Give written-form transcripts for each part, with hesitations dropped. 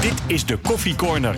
Dit is de Koffie Corner.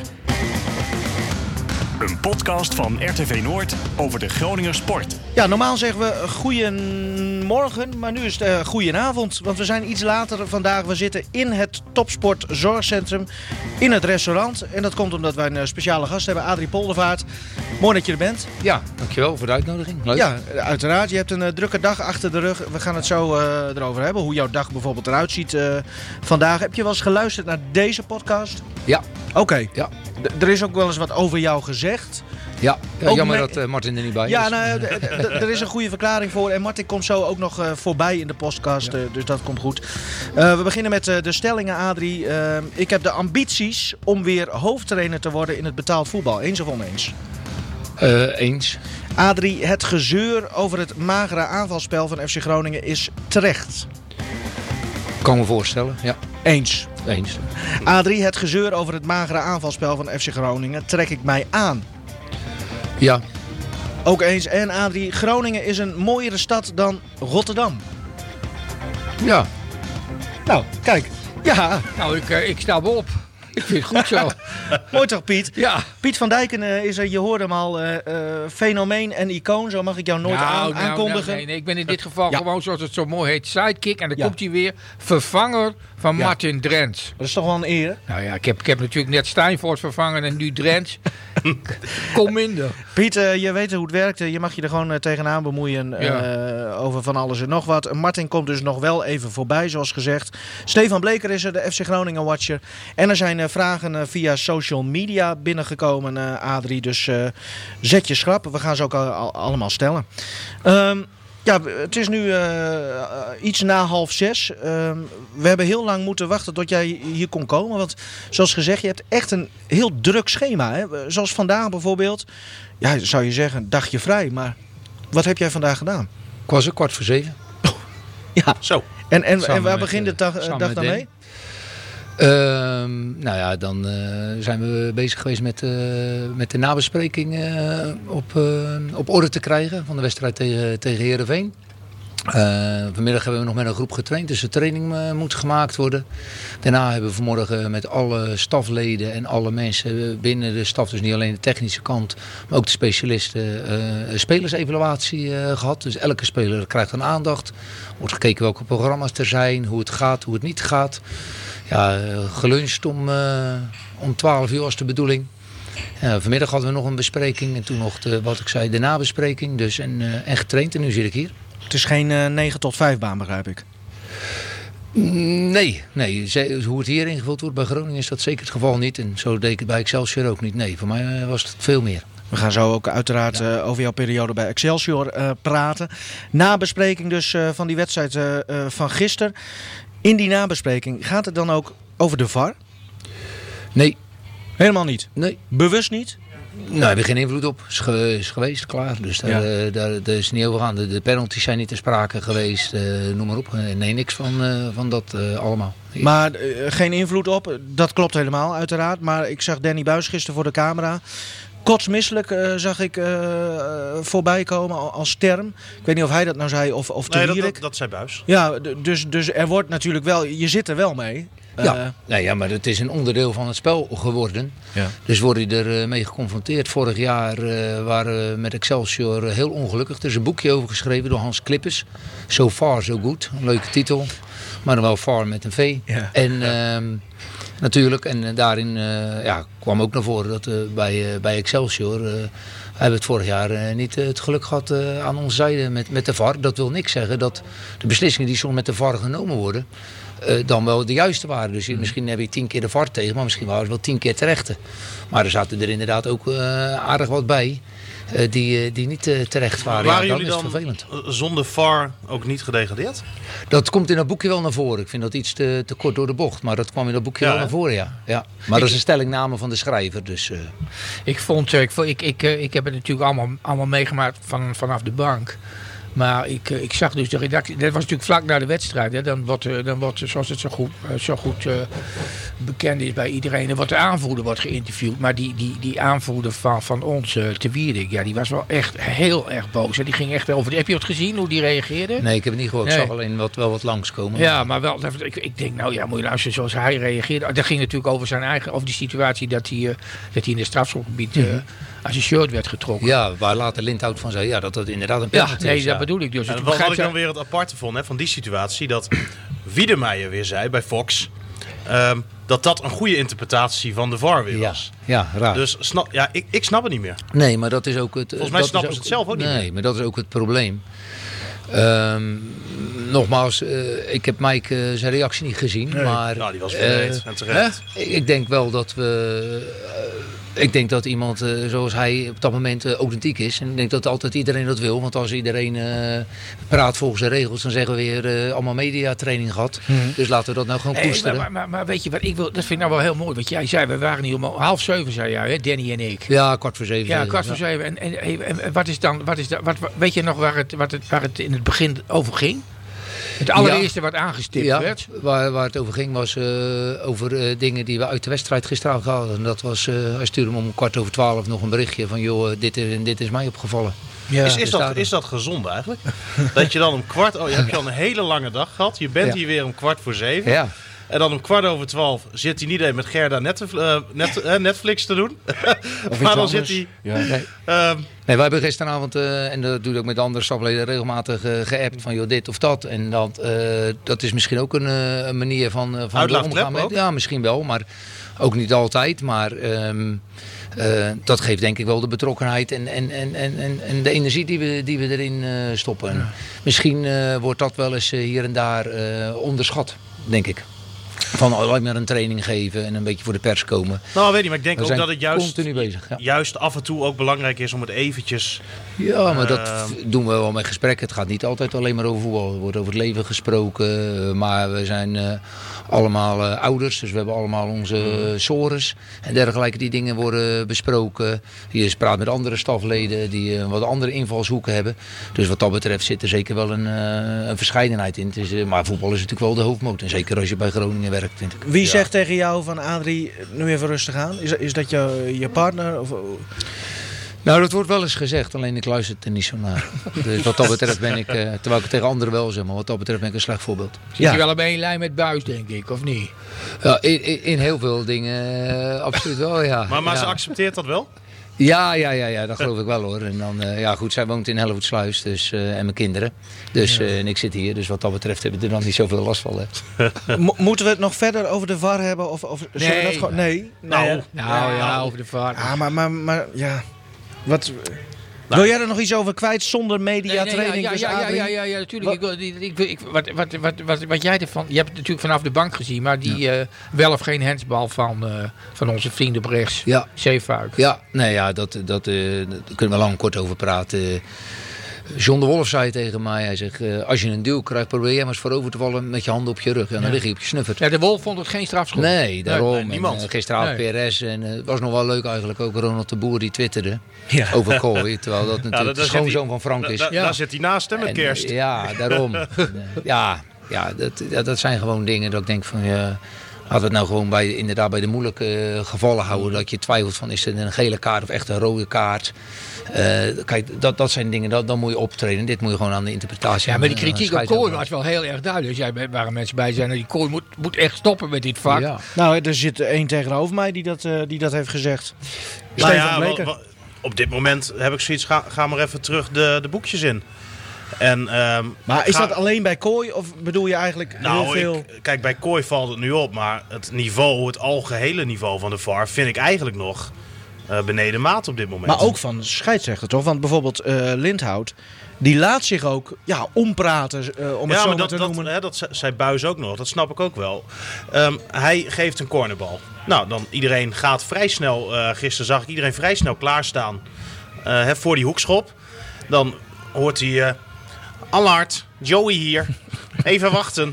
Een podcast van RTV Noord over de Groninger sport. Ja, normaal zeggen we goeiemorgen, maar nu is het goedenavond. Want we zijn iets later vandaag. We zitten in het Topsport Zorgcentrum, in het restaurant. En dat komt omdat wij een speciale gast hebben, Adrie Poldervaart. Mooi dat je er bent. Ja, dankjewel voor de uitnodiging. Leuk. Ja, uiteraard. Je hebt een drukke dag achter de rug. We gaan het zo erover hebben, hoe jouw dag bijvoorbeeld eruit ziet vandaag. Heb je wel eens geluisterd naar deze podcast? Ja. Oké. Ja. Er is ook wel eens wat over jou gezegd. Ja, jammer dat Martin er niet bij is. Ja, nou, er is een goede verklaring voor. En Martin komt zo ook nog voorbij in de podcast. Ja. Dus dat komt goed. We beginnen met de stellingen, Adrie. Ik heb de ambities om weer hoofdtrainer te worden in het betaald voetbal. Eens of oneens? Eens. Adrie, het gezeur over het magere aanvalspel van FC Groningen is terecht. Kan me voorstellen, ja. Eens. Eens. Adrie, het gezeur over het magere aanvalspel van FC Groningen trek ik mij aan. Ja. Ook eens. En Adrie, Groningen is een mooiere stad dan Rotterdam. Ja. Nou, kijk. Ja. Nou, ik sta me op. Ik vind het goed zo. Mooi toch, Piet? Ja. Piet van Dijken is er, je hoorde hem al, fenomeen en icoon. Zo mag ik jou nooit aankondigen. Nee, ik ben in dit geval Ja. gewoon, zoals het zo mooi heet, sidekick. En dan Ja. komt hij weer, vervanger van Ja. Martin Drents. Dat is toch wel een eer. Nou ja, ik heb natuurlijk net Steinfort vervangen en nu Drents. Kom minder. Piet, je weet hoe het werkt. Je mag je er gewoon tegenaan bemoeien over van alles en nog wat. Martin komt dus nog wel even voorbij, zoals gezegd. Stefan Bleker is er, de FC Groningen Watcher. En er zijn vragen via social media binnengekomen, Adrie. Dus zet je schrap. We gaan ze ook allemaal stellen. Ja, het is nu iets na 5:30. We hebben heel lang moeten wachten tot jij hier kon komen. Want zoals gezegd, je hebt echt een heel druk schema. Hè? Zoals vandaag bijvoorbeeld. Ja, zou je zeggen, een dagje vrij. Maar wat heb jij vandaag gedaan? Ik was er 6:15. Ja, Zo. En waar begint de dag dan met mee? Nou ja, dan zijn we bezig geweest met de nabespreking op orde te krijgen van de wedstrijd tegen Heerenveen. Vanmiddag hebben we nog met een groep getraind, dus de training moet gemaakt worden. Daarna hebben we vanmorgen met alle stafleden en alle mensen binnen de staf, dus niet alleen de technische kant, maar ook de specialisten, een spelersevaluatie gehad. Dus elke speler krijgt een aandacht. Wordt gekeken welke programma's er zijn, hoe het gaat, hoe het niet gaat. Ja, geluncht om 12 uur was de bedoeling. Vanmiddag hadden we nog een bespreking en toen nog wat ik zei, de nabespreking. Dus en getraind en nu zit ik hier. Het is geen 9 tot 5 baan, begrijp ik. Nee. Hoe het hier ingevuld wordt bij Groningen is dat zeker het geval niet. En zo deed ik het bij Excelsior ook niet. Nee, voor mij was het veel meer. We gaan zo ook uiteraard over jouw periode bij Excelsior praten. Nabespreking dus van die wedstrijd van gisteren. In die nabespreking, gaat het dan ook over de VAR? Nee. Helemaal niet? Nee. Bewust niet? Nou, daar heb je geen invloed op. Is geweest, klaar. Dus daar is niet over gaan. De penalties zijn niet ter sprake geweest. Noem maar op. Nee, niks van dat allemaal. Maar geen invloed op, dat klopt helemaal uiteraard. Maar ik zag Danny Buis gisteren voor de camera. Kotsmisselijk zag ik voorbij komen als term. Ik weet niet of hij dat nou zei of de Wierik. Dat zei Buis. Ja, dus er wordt natuurlijk wel, je zit er wel mee. Ja, maar het is een onderdeel van het spel geworden. Ja. Dus word je er mee geconfronteerd. Vorig jaar waren we met Excelsior heel ongelukkig. Er is een boekje over geschreven door Hans Klippers. So Far, So Good. Een leuke titel. Maar dan wel far met een V. Ja. En natuurlijk, en daarin kwam ook naar voren dat bij Excelsior hebben we het vorig jaar niet het geluk gehad aan onze zijde met de VAR. Dat wil niks zeggen dat de beslissingen die soms met de VAR genomen worden dan wel de juiste waren. Dus misschien heb je 10 keer de VAR tegen, maar misschien waren het wel 10 keer terechte. Maar er zaten er inderdaad ook aardig wat bij die niet terecht waren. Waren dan jullie is het dan vervelend. Zonder VAR ook niet gedegradeerd? Dat komt in dat boekje wel naar voren. Ik vind dat iets te kort door de bocht. Maar dat kwam in dat boekje wel naar voren, ja. Maar dat is een stellingname van de schrijver. Dus, Ik heb het natuurlijk allemaal meegemaakt vanaf de bank. Maar ik zag dus de redactie, dat was natuurlijk vlak na de wedstrijd. Hè, dan wordt zoals het zo goed bekend is bij iedereen, dan wordt de aanvoerder geïnterviewd. Maar die aanvoerder van ons, Te Wierik, ja, die was wel echt heel erg boos. Hè. Die ging echt over. Heb je het gezien, hoe die reageerde? Nee, ik heb het niet gehoord. Ik zag alleen wat langskomen. Ja, maar wel, ik denk, nou ja, moet je luisteren zoals hij reageerde. Dat ging natuurlijk over die situatie dat hij in het strafschopgebied als een shirt werd getrokken. Ja, waar later Lindhout van zei, dat het inderdaad een penalty is. Dat bedoel ik dus. En wat ik dan weer het aparte vond van die situatie, dat Wiedemeyer weer zei bij Fox, dat een goede interpretatie van de VAR weer was. Ja, raar. Dus ik snap het niet meer. Nee, maar dat is ook het... Volgens mij snappen ze het zelf ook niet meer. Nee, maar dat is ook het probleem. Nogmaals, ik heb Mike zijn reactie niet gezien. Nee. Maar, die was verreed en terecht. Ik denk wel dat ik denk dat iemand zoals hij op dat moment authentiek is. En ik denk dat altijd iedereen dat wil. Want als iedereen praat volgens de regels, dan zeggen we weer allemaal mediatraining gehad. Dus laten we dat nou gewoon koesteren. Maar weet je wat ik wil? Dat vind ik nou wel heel mooi. Want jij zei, we waren hier om 6:30, zei jij, hè, Danny en ik. Ja, 6:45. Ja, 6:45. En wat is dan, weet je nog waar het in het begin over ging? Het allereerste wat aangestipt werd. Waar het over ging was over dingen die we uit de wedstrijd gisteren hadden. En dat was, hij stuurde me om 11:15 nog een berichtje van, joh, dit is mij opgevallen. Ja. Is dat gezond eigenlijk? Dat je dan om je hebt al een hele lange dag gehad. Je bent hier weer om 6:15. Ja. En dan om 11:15 zit hij niet even met Gerda Netflix te doen. Maar dan zit hij... Ja. Nee, wij hebben gisteravond, en dat doe ik ook met andere stafleden, regelmatig geappt van joh, dit of dat. En dat is misschien ook een manier van omgaan met. Ja, misschien wel, maar ook niet altijd. Maar dat geeft denk ik wel de betrokkenheid en de energie die we erin stoppen. Ja. Misschien wordt dat wel eens hier en daar onderschat, denk ik. Van alleen maar een training geven en een beetje voor de pers komen. Nou, weet je, maar ik denk ook dat het juist af en toe ook belangrijk is om het eventjes... Ja, maar dat doen we wel met gesprekken. Het gaat niet altijd alleen maar over voetbal. Er wordt over het leven gesproken. Maar we zijn allemaal ouders. Dus we hebben allemaal onze sores en dergelijke. Die dingen worden besproken. Je praat met andere stafleden die wat andere invalshoeken hebben. Dus wat dat betreft zit er zeker wel een verscheidenheid in. Maar voetbal is natuurlijk wel de hoofdmoot. En zeker als je bij Groningen werkt, vind ik. Wie zegt tegen jou van Adrie, nu even rustig aan? Is dat je partner? Of... Nou, dat wordt wel eens gezegd, alleen ik luister er niet zo naar. Dus wat dat betreft ben ik, terwijl ik het tegen anderen wel zeg, maar wat dat betreft ben ik een slecht voorbeeld. Zit je wel op één lijn met Buis, denk ik, of niet? Ja, in heel veel dingen absoluut wel, ja. Maar ze accepteert dat wel? Ja, dat geloof ik wel hoor. En dan, goed, zij woont in Hellevoetsluis dus, en mijn kinderen. Dus en ik zit hier, dus wat dat betreft hebben we er dan niet zoveel last van. Moeten we het nog verder over de VAR hebben? Of zullen we dat gewoon... Nee. Nou, over de VAR. Ja, maar ja... Wat... Wil jij er nog iets over kwijt zonder mediatraining? Ja, natuurlijk. Wat jij ervan... Je hebt het natuurlijk vanaf de bank gezien, maar die wel of geen handsbal van onze vrienden op rechts. Ja. Zeefuik. Ja, daar kunnen we lang kort over praten. John de Wolf zei tegen mij, hij zegt, als je een duw krijgt, probeer jij maar eens voorover te vallen met je handen op je rug. En dan lig je op je snuffert. Ja, de Wolf vond het geen strafschop. Nee, daarom. Niemand. Gisteravond PRS. En het was nog wel leuk eigenlijk ook. Ronald de Boer die twitterde over Kooi. Terwijl dat natuurlijk de schoonzoon van Frank is. Daar zit hij naast hem met Kerst. Ja, daarom. Dat zijn gewoon dingen dat ik denk van... Laten we het nou gewoon bij de moeilijke gevallen houden. Dat je twijfelt van is het een gele kaart of echt een rode kaart. Kijk, dat zijn dingen, dan moet je optreden. Dit moet je gewoon aan de interpretatie. Ja, maar die kritiek op Kooi was wel heel erg duidelijk. Jij waren mensen bij zijn. Die Kooi moet echt stoppen met dit vak. Ja. Nou, er zit één tegenover mij die dat heeft gezegd. Stefan Bleker. Op dit moment heb ik zoiets, ga maar even terug de boekjes in. Maar is dat alleen bij Kooi of bedoel je eigenlijk heel veel? Kijk, bij Kooi valt het nu op, maar het algehele niveau van de VAR vind ik eigenlijk nog beneden maat op dit moment. Maar ook van scheidsrechter toch? Want bijvoorbeeld Lindhout, die laat zich ook ompraten om het zo te noemen. Dat zei Buis ook nog, dat snap ik ook wel. Hij geeft een cornerbal. Nou, dan iedereen gaat vrij snel, gisteren zag ik iedereen vrij snel klaarstaan voor die hoekschop. Dan hoort hij... Allard, Joey hier. Even wachten.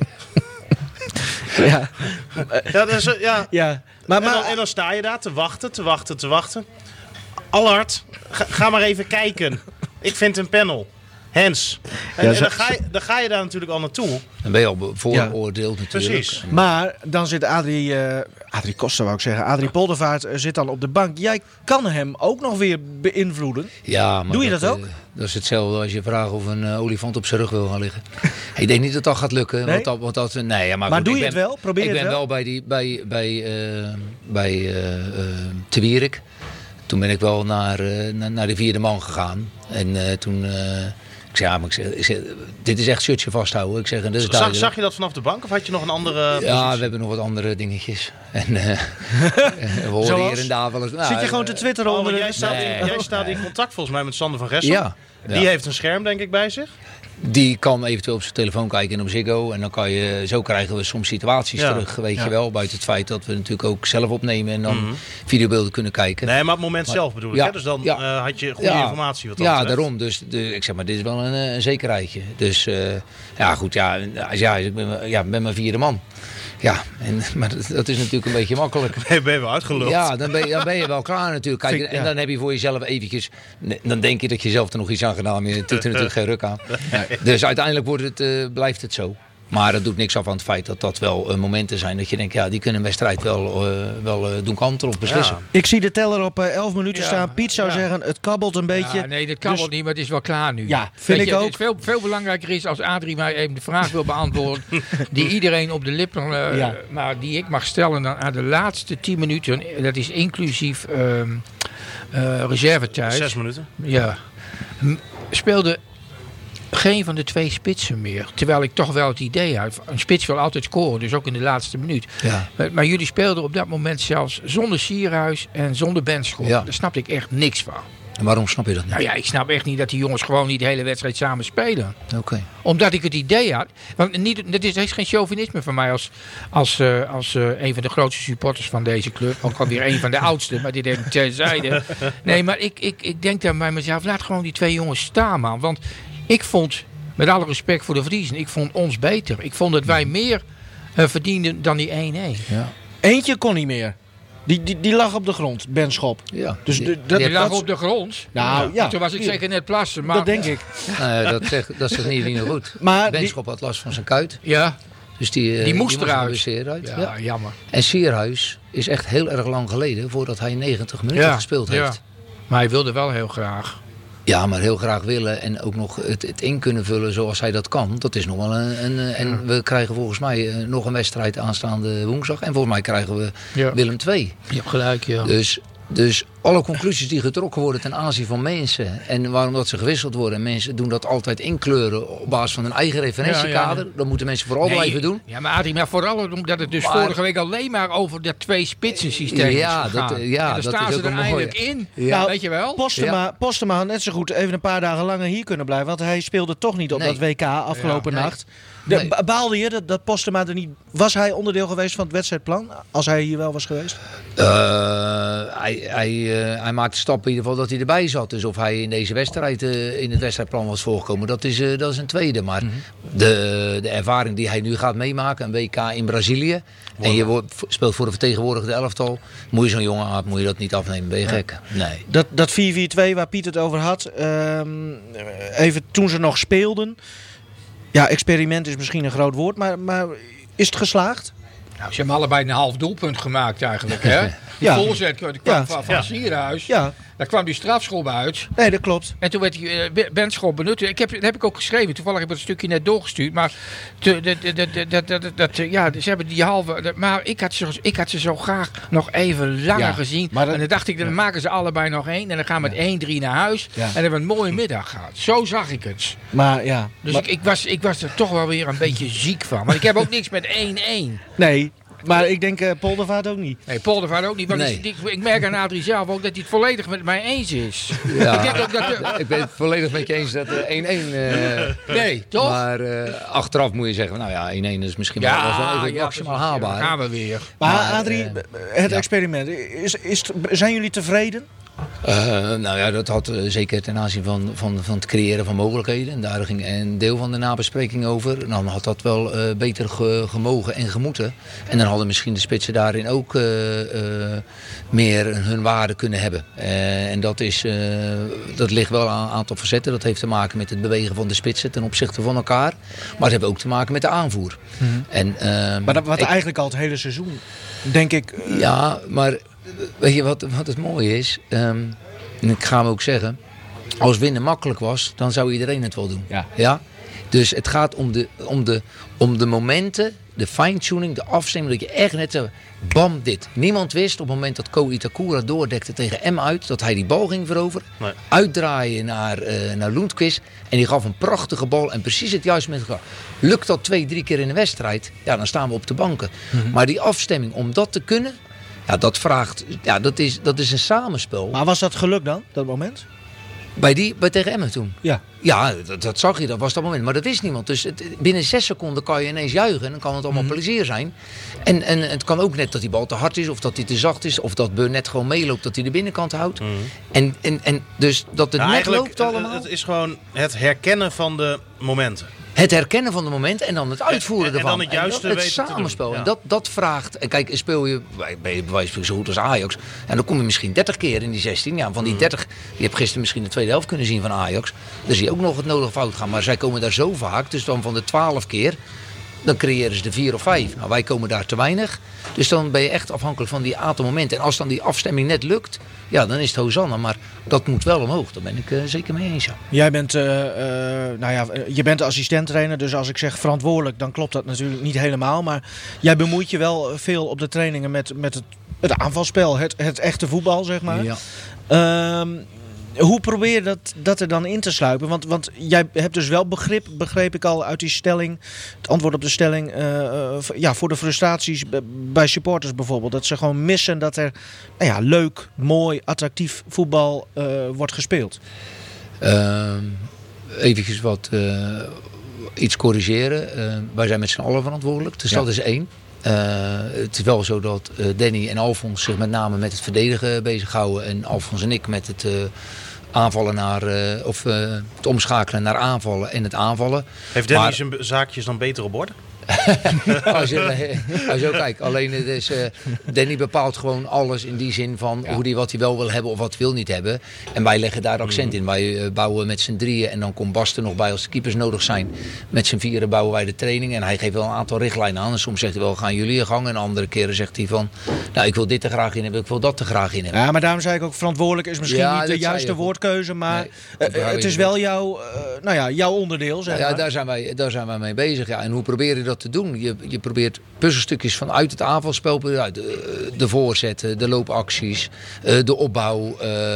En dan sta je daar te wachten. Allard, ga maar even kijken. Ik vind een panel. Hens. En dan ga je daar natuurlijk al naartoe. Dan ben je al vooroordeeld natuurlijk. Precies. Maar dan zit Adrie Koster, wou ik zeggen. Adrie Poldervaart zit dan op de bank. Jij kan hem ook nog weer beïnvloeden. Ja, maar doe je dat ook? Dat is hetzelfde als je vraagt of een olifant op zijn rug wil gaan liggen. Ik denk niet dat dat gaat lukken. Nee? Maar goed, doe je het het wel? Probeer je het wel? Ik ben wel bij Te Wierik. Toen ben ik wel naar de 4e man gegaan. En toen... ik zeg, dit is echt shirtje vasthouden. Ik zeg, en dat is zag je dat vanaf de bank of had je nog een andere positie? Ja, we hebben nog wat andere dingetjes. En we horen hier en daar wel eens... Zit je gewoon te twitteren onder jij staat in contact volgens mij met Sander van Gessel. Ja. Die heeft een scherm denk ik bij zich. Die kan eventueel op zijn telefoon kijken en op Ziggo. En dan zo krijgen we soms situaties terug, weet je wel. Buiten het feit dat we natuurlijk ook zelf opnemen en dan videobeelden kunnen kijken. Nee, maar het moment zelf bedoel ik. Hè? Dus dan had je goede informatie. Wat dat betreft. Daarom. Dus ik zeg maar, dit is wel een zekerheidje. Dus ik ben maar 4e man. Ja, maar dat is natuurlijk een beetje makkelijk. Ben je wel uitgeluld? Ja, dan ben je wel klaar natuurlijk. Kijk, en dan heb je voor jezelf eventjes... Dan denk je dat je zelf er nog iets aan gedaan hebt. Je doet er natuurlijk geen ruk aan. Nee. Dus uiteindelijk blijft het zo. Maar dat doet niks af aan het feit dat dat wel momenten zijn. Dat je denkt, die kunnen een wedstrijd wel doen kantelen of beslissen. Ja. Ik zie de teller op 11 minuten staan. Piet zou zeggen, het kabbelt een beetje. Ja, nee, dat kabbelt niet, maar het is wel klaar nu. Ja, vind ik ook. Het veel belangrijker is als Adrie mij even de vraag wil beantwoorden. Die iedereen op de lippen, maar die ik mag stellen dan aan de laatste 10 minuten. Dat is inclusief reservetijd. 6 minuten. Ja. Speelde geen van de 2 spitsen meer. Terwijl ik toch wel het idee had. Een spits wil altijd scoren, dus ook in de laatste minuut. Ja. Maar jullie speelden op dat moment zelfs zonder Sierhuis en zonder Benschop. Ja. Daar snapte ik echt niks van. En waarom snap je dat niet? Nou ja, ik snap echt niet dat die jongens gewoon niet de hele wedstrijd samen spelen. Okay. Omdat ik het idee had... Want dat is geen chauvinisme van mij als een van de grootste supporters van deze club. Ook alweer een van de oudste, maar dit even terzijde. Nee, maar ik denk dan bij mezelf, laat gewoon die 2 jongens staan, man. Want ik vond, met alle respect voor de Vriezen, ik vond ons beter. Ik vond dat wij meer verdienden dan die 1-1. Ja. Eentje kon niet meer. Die lag op de grond, Benschop. Ja. Dus die lag op de grond? Nou, ja. Toen was ik zeker net plassen. Maar... Dat denk ik. Dat zegt niet goed. Maar Benschop had last van zijn kuit. Ja. Dus die moest eruit. Ja, jammer. En Sierhuis is echt heel erg lang geleden voordat hij 90 minuten gespeeld heeft. Ja. Maar hij wilde wel heel graag. Ja, maar heel graag willen en ook nog het in kunnen vullen zoals hij dat kan. Dat is nog wel en we krijgen volgens mij nog een wedstrijd aanstaande woensdag. En volgens mij krijgen we Willem II. Je hebt gelijk, ja. Dus alle conclusies die getrokken worden ten aanzien van mensen. En waarom dat ze gewisseld worden. En mensen doen dat altijd inkleuren op basis van hun eigen referentiekader. Dat moeten mensen vooral blijven doen. Ja, maar Adrie, vooral omdat het dus vorige week alleen maar over dat 2 spitsen systeem is gegaan. En daar staan ze er eindelijk in. Ja. Nou, weet je wel? Postema had net zo goed even een paar dagen langer hier kunnen blijven. Want hij speelde toch niet op dat WK afgelopen nacht. Baalde je dat Postema er niet... Was hij onderdeel geweest van het wedstrijdplan? Als hij hier wel was geweest? Hij maakte stappen in ieder geval dat hij erbij zat. Dus of hij in deze wedstrijd in het wedstrijdplan was voorgekomen, dat is een tweede. Maar de ervaring die hij nu gaat meemaken, een WK in Brazilië. En je speelt voor een vertegenwoordigde elftal. Moet je zo'n jongen aan, moet je dat niet afnemen. Ben je gek? Nee. Dat 4-4-2 waar Piet het over had. Even toen ze nog speelden. Ja, experiment is misschien een groot woord, maar is het geslaagd? Nou, ze hebben allebei een half doelpunt gemaakt eigenlijk. Hè? Die voorzet kwam van Sierhuis. Ja. Daar kwam die strafschop uit. Nee, dat klopt. En toen werd die Benschop benut. Dat heb ik ook geschreven. Toevallig heb ik het stukje net doorgestuurd. Maar ze hebben die halve... Maar ik had ze zo graag nog even langer gezien. En dan dacht ik, dan maken ze allebei nog 1. En dan gaan we met 1-3 naar huis. Ja. En dan hebben we een mooie middag gehad. Zo zag ik het. Dus ik was er toch wel weer een beetje ziek van. Want ik heb ook niks met 1-1. Nee. Maar ik denk Poldervaart ook niet. Nee, Poldervaart ook niet. Want ik merk aan Adrie zelf ook dat hij het volledig met mij eens is. Ja, ik denk ook ik ben het volledig met je eens dat 1-1... nee, toch? Maar achteraf moet je zeggen, nou ja, 1-1 is misschien wel even maximaal haalbaar. Dan gaan we weer. Maar Adrie, het experiment. Zijn jullie tevreden? Nou ja, dat had zeker ten aanzien van het creëren van mogelijkheden. En daar ging een deel van de nabespreking over. Dan had dat wel beter gemogen en gemoeten. En dan hadden misschien de spitsen daarin ook meer hun waarde kunnen hebben. En dat ligt wel aan een aantal facetten. Dat heeft te maken met het bewegen van de spitsen ten opzichte van elkaar. Maar het heeft ook te maken met de aanvoer. Maar dat eigenlijk al het hele seizoen, denk ik. Ja, maar weet je wat het mooie is? En ik ga hem ook zeggen. Als winnen makkelijk was, dan zou iedereen het wel doen. Ja? Dus het gaat om de momenten, de fine-tuning, de afstemming. Dat je echt net zo, bam, dit. Niemand wist op het moment dat Ko Itakura doordekte tegen M uit, dat hij die bal ging veroveren. Nee. Uitdraaien naar Lundqvist. En die gaf een prachtige bal en precies het juiste moment. Lukt dat 2-3 keer in de wedstrijd, ja, dan staan we op de banken. Maar die afstemming, om dat te kunnen, ja, dat vraagt, ja, dat is een samenspel. Maar was dat geluk dan, dat moment? Bij tegen Emmen toen? Ja. Ja, dat zag je, dat was dat moment. Maar dat wist niemand. Dus binnen 6 seconden kan je ineens juichen. En dan kan het allemaal plezier zijn. En het kan ook net dat die bal te hard is. Of dat hij te zacht is. Of dat Burnett gewoon meeloopt. Dat hij de binnenkant houdt. En dus dat het net loopt allemaal. Het is gewoon het herkennen van de momenten. Het herkennen van de momenten en dan het uitvoeren ervan. En dan het juiste het samenspel. Ja. En dat vraagt. En kijk, speel je bij wijze van zo goed als Ajax. En dan kom je misschien 30 keer in die 16. Ja, van die 30. Je hebt gisteren misschien de tweede helft kunnen zien van Ajax. Dan zie je ook nog het nodige fout gaan. Maar zij komen daar zo vaak. Dus dan van de 12 keer. Dan creëren ze de 4 of 5. Nou, wij komen daar te weinig. Dus dan ben je echt afhankelijk van die aantal momenten. En als dan die afstemming net lukt, ja, dan is het Hosanna. Maar dat moet wel omhoog. Daar ben ik zeker mee eens. Ja. Jij bent, je bent de assistenttrainer. Dus als ik zeg verantwoordelijk, dan klopt dat natuurlijk niet helemaal. Maar jij bemoeit je wel veel op de trainingen met het aanvalspel. Het echte voetbal, zeg maar. Ja. Hoe probeer je dat er dan in te sluipen? Want jij hebt dus wel begrip, begreep ik al uit die stelling, het antwoord op de stelling, voor de frustraties bij supporters bijvoorbeeld. Dat ze gewoon missen dat er leuk, mooi, attractief voetbal wordt gespeeld. Eventjes iets corrigeren. Wij zijn met z'n allen verantwoordelijk, dus dat is 1. Het is wel zo dat Danny en Alfons zich met name met het verdedigen bezighouden. En Alfons en ik met het aanvallen het omschakelen naar aanvallen en het aanvallen. Heeft Danny zijn zaakjes dan beter op orde? Als je ook kijkt, alleen het is, Danny bepaalt gewoon alles in die zin van wat hij wel wil hebben of wat hij wil niet hebben. En wij leggen daar accent in. Wij bouwen met z'n 3 en dan komt Bas er nog bij als de keepers nodig zijn. Met z'n 4 bouwen wij de training en hij geeft wel een aantal richtlijnen aan. En soms zegt hij wel, gaan jullie je gang? En andere keren zegt hij van, nou, ik wil dit er graag in hebben, ik wil dat er graag in hebben. Ja, maar daarom zei ik ook, verantwoordelijk is misschien niet de juiste woordkeuze, maar het is wel jouw onderdeel, zeg maar. Ja, daar zijn wij mee bezig. Ja. En hoe probeer je dat te doen? Je probeert puzzelstukjes vanuit het aanvalspel, de voorzetten, de loopacties, de opbouw,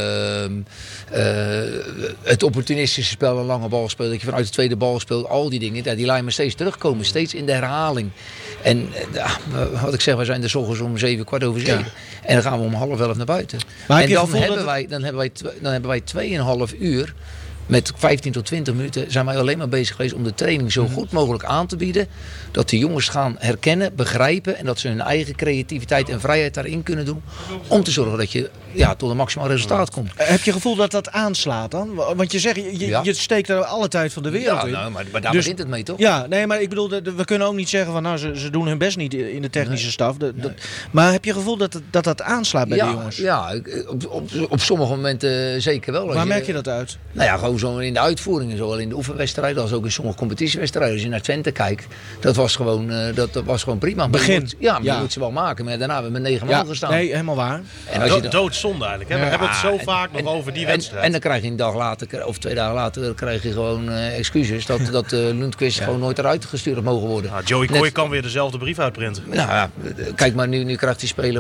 het opportunistische spel, een lange bal speelt, dat je vanuit de tweede bal speelt, al die dingen, die laten me steeds terugkomen, steeds in de herhaling. En wat ik zeg, wij zijn er 's ochtends om 7, 7:15. Ja. En dan gaan we om 10:30 naar buiten. Maar en dan hebben wij 2,5 uur. Met 15 tot 20 minuten zijn wij alleen maar bezig geweest om de training zo goed mogelijk aan te bieden. Dat de jongens gaan herkennen, begrijpen en dat ze hun eigen creativiteit en vrijheid daarin kunnen doen. Om te zorgen dat je tot een maximaal resultaat komt. Heb je gevoel dat dat aanslaat dan? Want je zegt, je steekt er alle tijd van de wereld in. Nou, maar daar begint het mee toch? Ja, nee, maar ik bedoel, we kunnen ook niet zeggen van nou, ze doen hun best niet in de technische staf. Maar heb je gevoel dat aanslaat bij de jongens? Ja, op sommige momenten zeker wel. Waar merk je dat uit? Nou ja, gewoon zo in de uitvoeringen, zowel in de oefenwedstrijden als ook in sommige competitiewedstrijden. Als je naar Twente kijkt, dat was gewoon prima. Begin. Je moet ze wel maken, maar daarna hebben we met 9 man gestaan. Nee, helemaal waar. En doodzonde eigenlijk. Hè? We hebben het zo vaak nog over die wedstrijd. En dan krijg je een dag later, of 2 dagen later, krijg je gewoon excuses dat Lundqvist gewoon nooit eruit gestuurd mogen worden. Joey Coy kan weer dezelfde brief uitprinten. Nou ja, kijk maar, nu krijgt die speler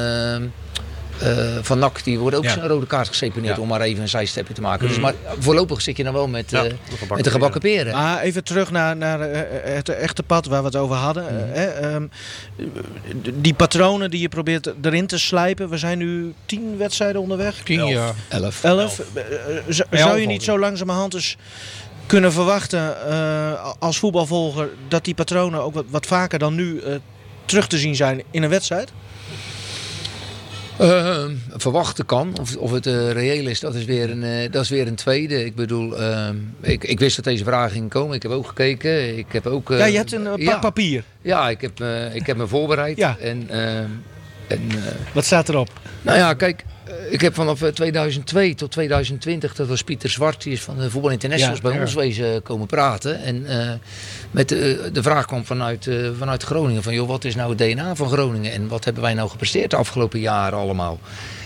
van NAC, die wordt ook zijn rode kaart geseponeerd om maar even een zijstepje te maken. Dus, maar voorlopig zit je dan wel met de gebakken peren. Maar even terug naar het echte pad waar we het over hadden. Die patronen die je probeert erin te slijpen. We zijn nu 10 wedstrijden onderweg. 10, ja. 11. Zou je niet zo langzamerhand eens kunnen verwachten als voetbalvolger dat die patronen ook wat vaker dan nu terug te zien zijn in een wedstrijd? Verwachten kan. Of het reëel is, dat is weer een tweede. Ik bedoel, ik wist dat deze vraag ging komen. Ik heb ook gekeken. Ik heb ook, je hebt een pak papier. Ja, ik heb me voorbereid. Ja. Wat staat erop? Nou ja, kijk. Ik heb vanaf 2002 tot 2020, dat was Pieter Zwart, die is van de Voetbal Internationals bij ons wezen komen praten. En de vraag kwam vanuit Groningen van, joh, wat is nou het DNA van Groningen en wat hebben wij nou gepresteerd de afgelopen jaren allemaal?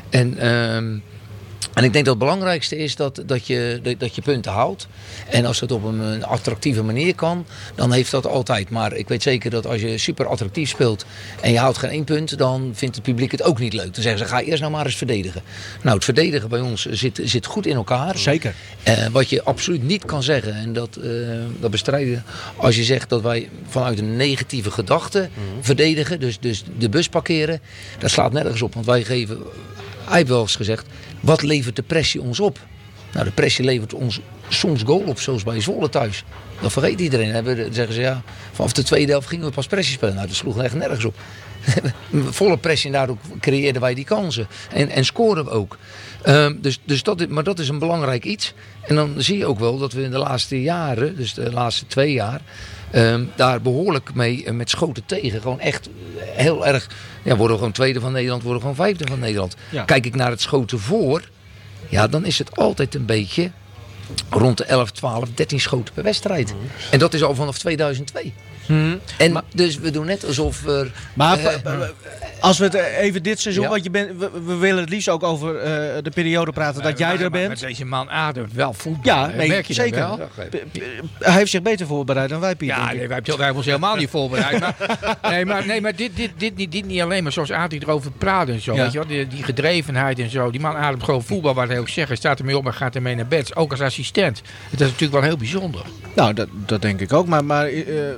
En ik denk dat het belangrijkste is dat je punten haalt. En als dat op een attractieve manier kan, dan heeft dat altijd. Maar ik weet zeker dat als je super attractief speelt en je haalt geen 1 punt, dan vindt het publiek het ook niet leuk. Dan zeggen ze, ga eerst nou maar eens verdedigen. Nou, het verdedigen bij ons zit goed in elkaar. Zeker. Wat je absoluut niet kan zeggen, en dat bestrijden, als je zegt dat wij vanuit een negatieve gedachte verdedigen, dus de bus parkeren, dat slaat nergens op. Want wij geven... Hij heeft wel eens gezegd, wat levert de pressie ons op? Nou, de pressie levert ons soms goal op, zoals bij Zwolle thuis. Dat vergeet iedereen. Dan zeggen ze, ja, vanaf de tweede helft gingen we pas pressie spelen. Nou, dat sloeg echt nergens op. Volle pressie en daardoor creëerden wij die kansen. En scoren we ook. Maar dat is een belangrijk iets. En dan zie je ook wel dat we in de laatste jaren, dus de laatste 2 jaar... daar behoorlijk mee met schoten tegen. Gewoon echt heel erg... Ja, worden we gewoon tweede van Nederland, worden we gewoon 5e van Nederland. Ja. Kijk ik naar het schoten voor... Ja, dan is het altijd een beetje rond de 11, 12, 13 schoten per wedstrijd. En dat is al vanaf 2002. Dus we doen net alsof we... Als we het even dit seizoen, want we willen het liefst ook over de periode praten dat jij er bent. Maar deze man ademt wel voetbal. Ja, merk je zeker. Wel? Hij heeft zich beter voorbereid dan wij, Pieter. Ja, nee, wij hebben ons helemaal niet voorbereid. Maar dit niet alleen, maar zoals Adrie erover praat en zo. Ja. Weet je wel, die gedrevenheid en zo. Die man ademt gewoon voetbal, wat hij ook zegt. Hij staat ermee op en gaat ermee naar bed. Ook als assistent. Dat is natuurlijk wel heel bijzonder. Nou, dat denk ik ook. Maar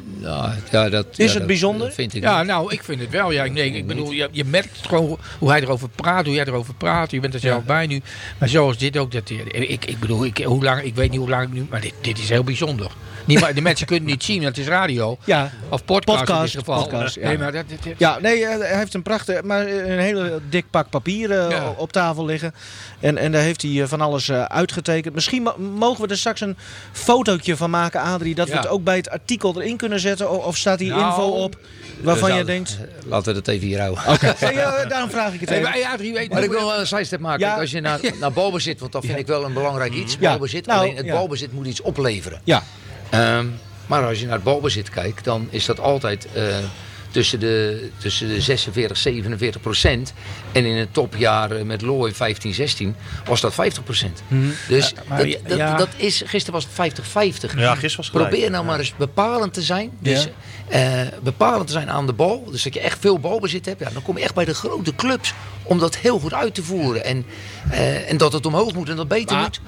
is het bijzonder? Dat vind ik niet. Nou, ik vind het wel. Ja, nee, ik bedoel, je merkt gewoon hoe hij erover praat, hoe jij erover praat. Je bent er zelf bij nu. Maar zoals dit ook. Ik bedoel, ik weet niet hoe lang ik nu... Maar dit is heel bijzonder. De mensen kunnen het niet zien, want het is radio. Ja. Of podcast in dit geval. Podcast, ja. Hij heeft een hele dik pak papier op tafel liggen. En daar heeft hij van alles uitgetekend. Misschien mogen we er straks een fotootje van maken, Adrie. Dat we het ook bij het artikel erin kunnen zetten. Of staat hier info op waarvan je denkt... Laten we het even hier houden. Okay. Daarom vraag ik het even. Maar ik wil wel een sidestep maken. Ja. Als je naar balbezit, want dat vind ik wel een belangrijk iets. Balbezit, alleen het balbezit moet iets opleveren. Ja. Maar als je naar het balbezit kijkt, dan is dat altijd tussen de 46-47%. En in het topjaar met Looy 15-16 was dat 50%. Dus dat is, gisteren was het 50-50. Ja, gisteren was het gelijk. Probeer nou maar eens bepalend te zijn. Dus bepalend te zijn aan de bal. Dus dat je echt veel balbezit hebt. Ja, dan kom je echt bij de grote clubs om dat heel goed uit te voeren. En dat het omhoog moet en dat beter moet.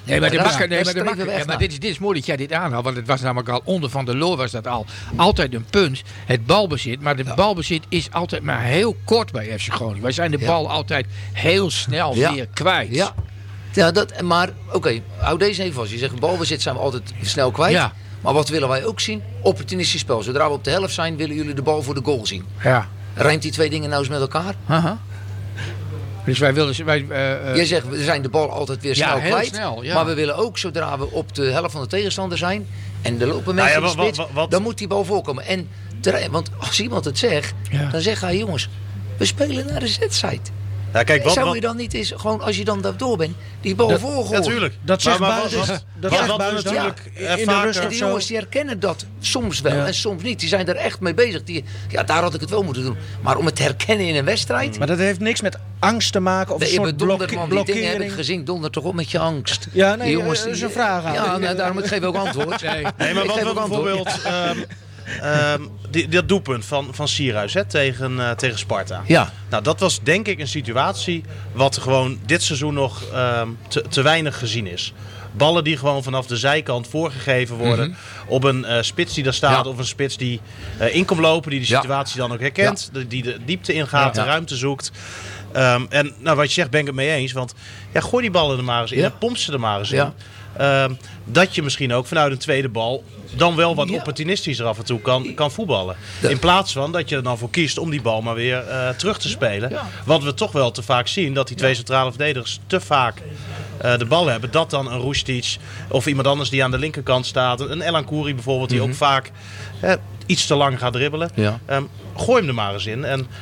Maar dit is mooi dat jij dit aanhaalt. Want het was namelijk al onder Van der Loo was dat altijd een punt. Het balbezit. Maar de balbezit is altijd maar heel kort bij FC Groningen. Wij zijn de bal altijd heel snel weer kwijt. Ja, maar oké, hou deze even vast. Je zegt balbezit zijn we altijd snel kwijt. Ja. Maar wat willen wij ook zien? Opportunistisch spel. Zodra we op de helft zijn, willen jullie de bal voor de goal zien. Ja. Rijmt die 2 dingen nou eens met elkaar? Dus wij willen... Jij zegt, we zijn de bal altijd weer snel kwijt. Snel, maar we willen ook, zodra we op de helft van de tegenstander zijn... en er lopen mensen in de spits, dan moet die bal voorkomen. Want als iemand het zegt, dan zegt hij... jongens, we spelen naar de Z-site. Ja, kijk, zou je dan niet eens, gewoon als je dan daardoor bent, die bal voorgooien? Natuurlijk. Dat zegt Buijs natuurlijk in de rust. Die jongens die herkennen dat soms wel en soms niet. Die zijn er echt mee bezig. Daar had ik het wel moeten doen. Maar om het te herkennen in een wedstrijd... Maar dat heeft niks met angst te maken of een soort blokkering. Die dingen heb ik gezien. Donder toch op met je angst. Ja, nee, jongens, dat is een vraag aan. Ja, daarom ik geef ook antwoord. Nee, maar wat we bijvoorbeeld... dat doelpunt van Sierhuis tegen Sparta. Ja. Nou, dat was denk ik een situatie wat gewoon dit seizoen nog te weinig gezien is. Ballen die gewoon vanaf de zijkant voorgegeven worden op een spits die daar staat of een spits die in komt lopen, die de situatie dan ook herkent, die de diepte ingaat, de ruimte zoekt. En nou, wat je zegt ben ik het mee eens, want gooi die ballen er maar eens in en pomp ze er maar eens in. Dat je misschien ook vanuit een tweede bal dan wel wat opportunistischer af en toe kan voetballen. In plaats van dat je er dan voor kiest om die bal maar weer terug te spelen. Ja. Wat we toch wel te vaak zien, dat die twee centrale verdedigers te vaak de bal hebben. Dat dan een Roestic of iemand anders die aan de linkerkant staat. Een Elan Kouri bijvoorbeeld, die ook vaak iets te lang gaat dribbelen. Ja. Gooi hem er maar eens in. En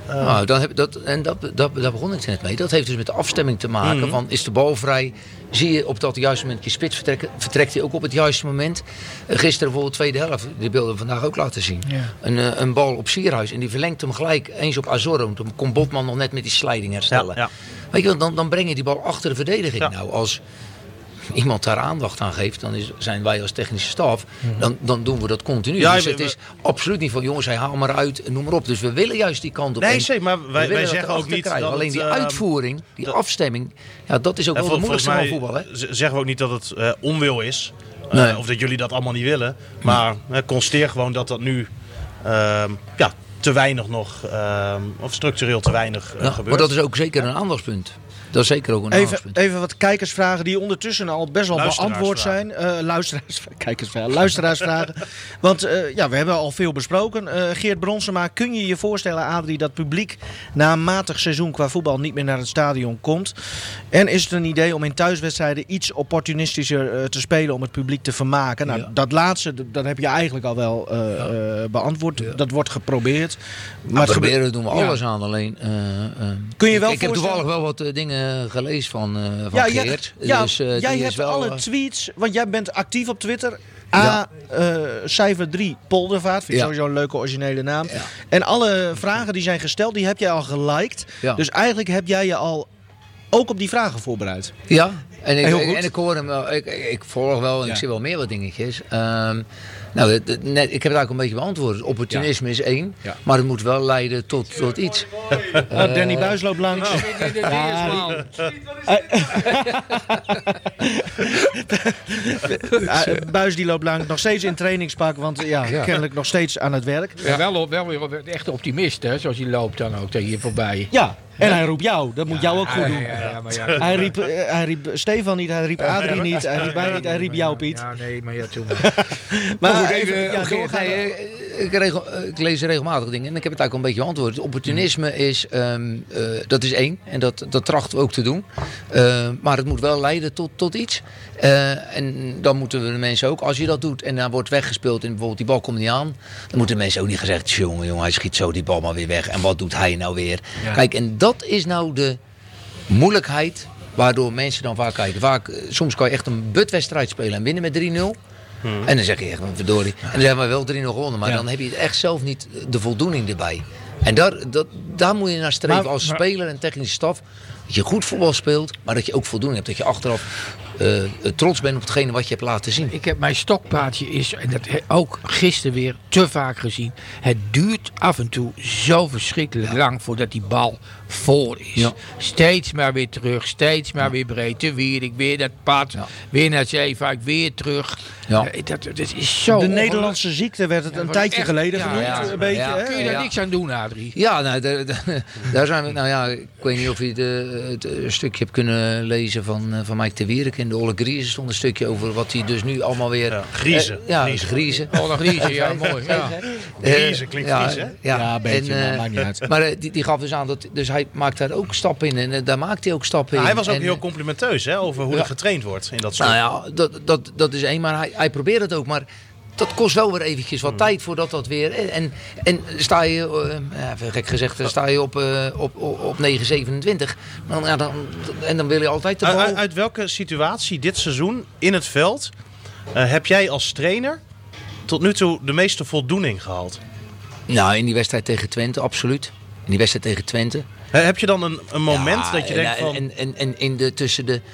daar begon ik net mee. Dat heeft dus met de afstemming te maken. Van, is de bal vrij? Zie je op dat juiste moment je spits vertrekken? Vertrekt hij ook op het juiste moment? Gisteren bijvoorbeeld tweede helft. Die beelden vandaag ook laten zien. Ja. Een bal op Sierhuis. En die verlengt hem gelijk eens op Azorro. Dan kon Botman nog net met die sliding herstellen. Ja. Weet je, dan breng je die bal achter de verdediging. Ja. Nou, als iemand daar aandacht aan geeft, dan zijn wij als technische staf, dan doen we dat continu. Ja, dus het is absoluut niet van jongens, hij haal maar uit, noem maar op. Dus we willen juist die kant op. Nee, maar wij zeggen ook niet dat alleen die uitvoering, die afstemming, dat is ook wel de moeilijkste van voetbal. Hè? Zeggen we ook niet dat het onwil is. Nee. Of dat jullie dat allemaal niet willen. Maar constateer gewoon dat nu te weinig nog, of structureel te weinig gebeurt. Maar dat is ook zeker een aandachtspunt. Dat is zeker ook een aandachtspunt. Even wat kijkersvragen die ondertussen al best wel beantwoord zijn. Luisteraarsvragen. Want we hebben al veel besproken. Geert Bronsema, kun je je voorstellen, Adrie, dat publiek na een matig seizoen qua voetbal niet meer naar het stadion komt? En is het een idee om in thuiswedstrijden iets opportunistischer te spelen om het publiek te vermaken? Nou, dat laatste, dat heb je eigenlijk al wel beantwoord. Ja. Dat wordt geprobeerd. Maar proberen doen we alles aan. Alleen kun je wel ik heb toevallig wel wat dingen gelezen van Geert. Dus, jij hebt wel alle tweets, want jij bent actief op Twitter. Cijfer 3 Poldervaart, vind ik sowieso een leuke originele naam. Ja. En alle vragen die zijn gesteld, die heb jij al geliked. Ja. Dus eigenlijk heb jij je al ook op die vragen voorbereid. Ja, en ik hoor hem wel. Ik volg wel en ik zie wel meer wat dingetjes. Ik heb het eigenlijk een beetje beantwoord. Opportunisme is 1, maar het moet wel leiden tot iets. Danny Buis loopt langs. Buis die loopt langs, nog steeds in trainingspak, want kennelijk nog steeds aan het werk. Ja, wel weer echt optimist, hè, zoals hij loopt dan ook tegen je voorbij. Ja. En hij roept jou, dat moet jou ook goed doen. Hij riep Stefan niet, hij riep Adrie niet, hij riep mij niet, hij riep jou, Piet. Ja, nee, maar toen. Maar goed, even ik lees regelmatig dingen en ik heb het eigenlijk een beetje beantwoord. Opportunisme is, dat is 1 en dat trachten we ook te doen. Maar het moet wel leiden tot iets. En dan moeten we de mensen ook, als je dat doet en dan wordt weggespeeld en bijvoorbeeld die bal komt niet aan, dan moeten de mensen ook niet gezegd, jongen, hij schiet zo die bal maar weer weg. En wat doet hij nou weer? Ja. Kijk, en dat is nou de moeilijkheid waardoor mensen dan vaak kijken. Soms kan je echt een budwedstrijd spelen en winnen met 3-0. En dan zeg je echt, verdorie. En dan hebben we wel 3-0 gewonnen. Maar dan heb je echt zelf niet de voldoening erbij. En daar moet je naar streven als speler en technische staf. Dat je goed voetbal speelt, maar dat je ook voldoening hebt. Dat je achteraf trots bent op hetgene wat je hebt laten zien. Ik heb mijn stokpaardje is, en dat ook gisteren weer te vaak gezien. Het duurt af en toe zo verschrikkelijk lang voordat die bal vol is. Ja. Steeds maar weer terug, steeds maar weer breed. Te Wierik, weer dat pad, weer naar Zeevaak, weer terug. Ja. Dat is zo. De Nederlandse ziekte werd het een tijdje geleden genoemd. Een beetje, hè? Kun je daar niks aan doen, Adrie? Ja, nou, daar zijn we. Ik weet niet of je het stukje hebt kunnen lezen van Mike de Wierik. In de Olle Griezen stond een stukje over wat hij dus nu allemaal weer. Griezen. Griezen. Olle Griezen, ja, mooi. Ja. Griezen klinkt Fries, hè? Ja, een beetje, maar maakt niet uit. Maar die gaf dus aan dat. Dus hij maakt daar ook stappen in. En daar maakt hij ook stappen in. Hij was ook heel complimenteus, hè, over hoe er getraind wordt in dat soort. Nou ja, dat is één. Maar hij probeert het ook. Maar dat kost wel weer eventjes wat tijd voordat dat weer. En sta je, gek gezegd, sta je op 9,27. En dan wil je altijd de bal. Uit welke situatie dit seizoen in het veld heb jij als trainer tot nu toe de meeste voldoening gehaald? Nou, in die wedstrijd tegen Twente, absoluut. In die wedstrijd tegen Twente. Heb je dan een moment dat je denkt van. En tussen de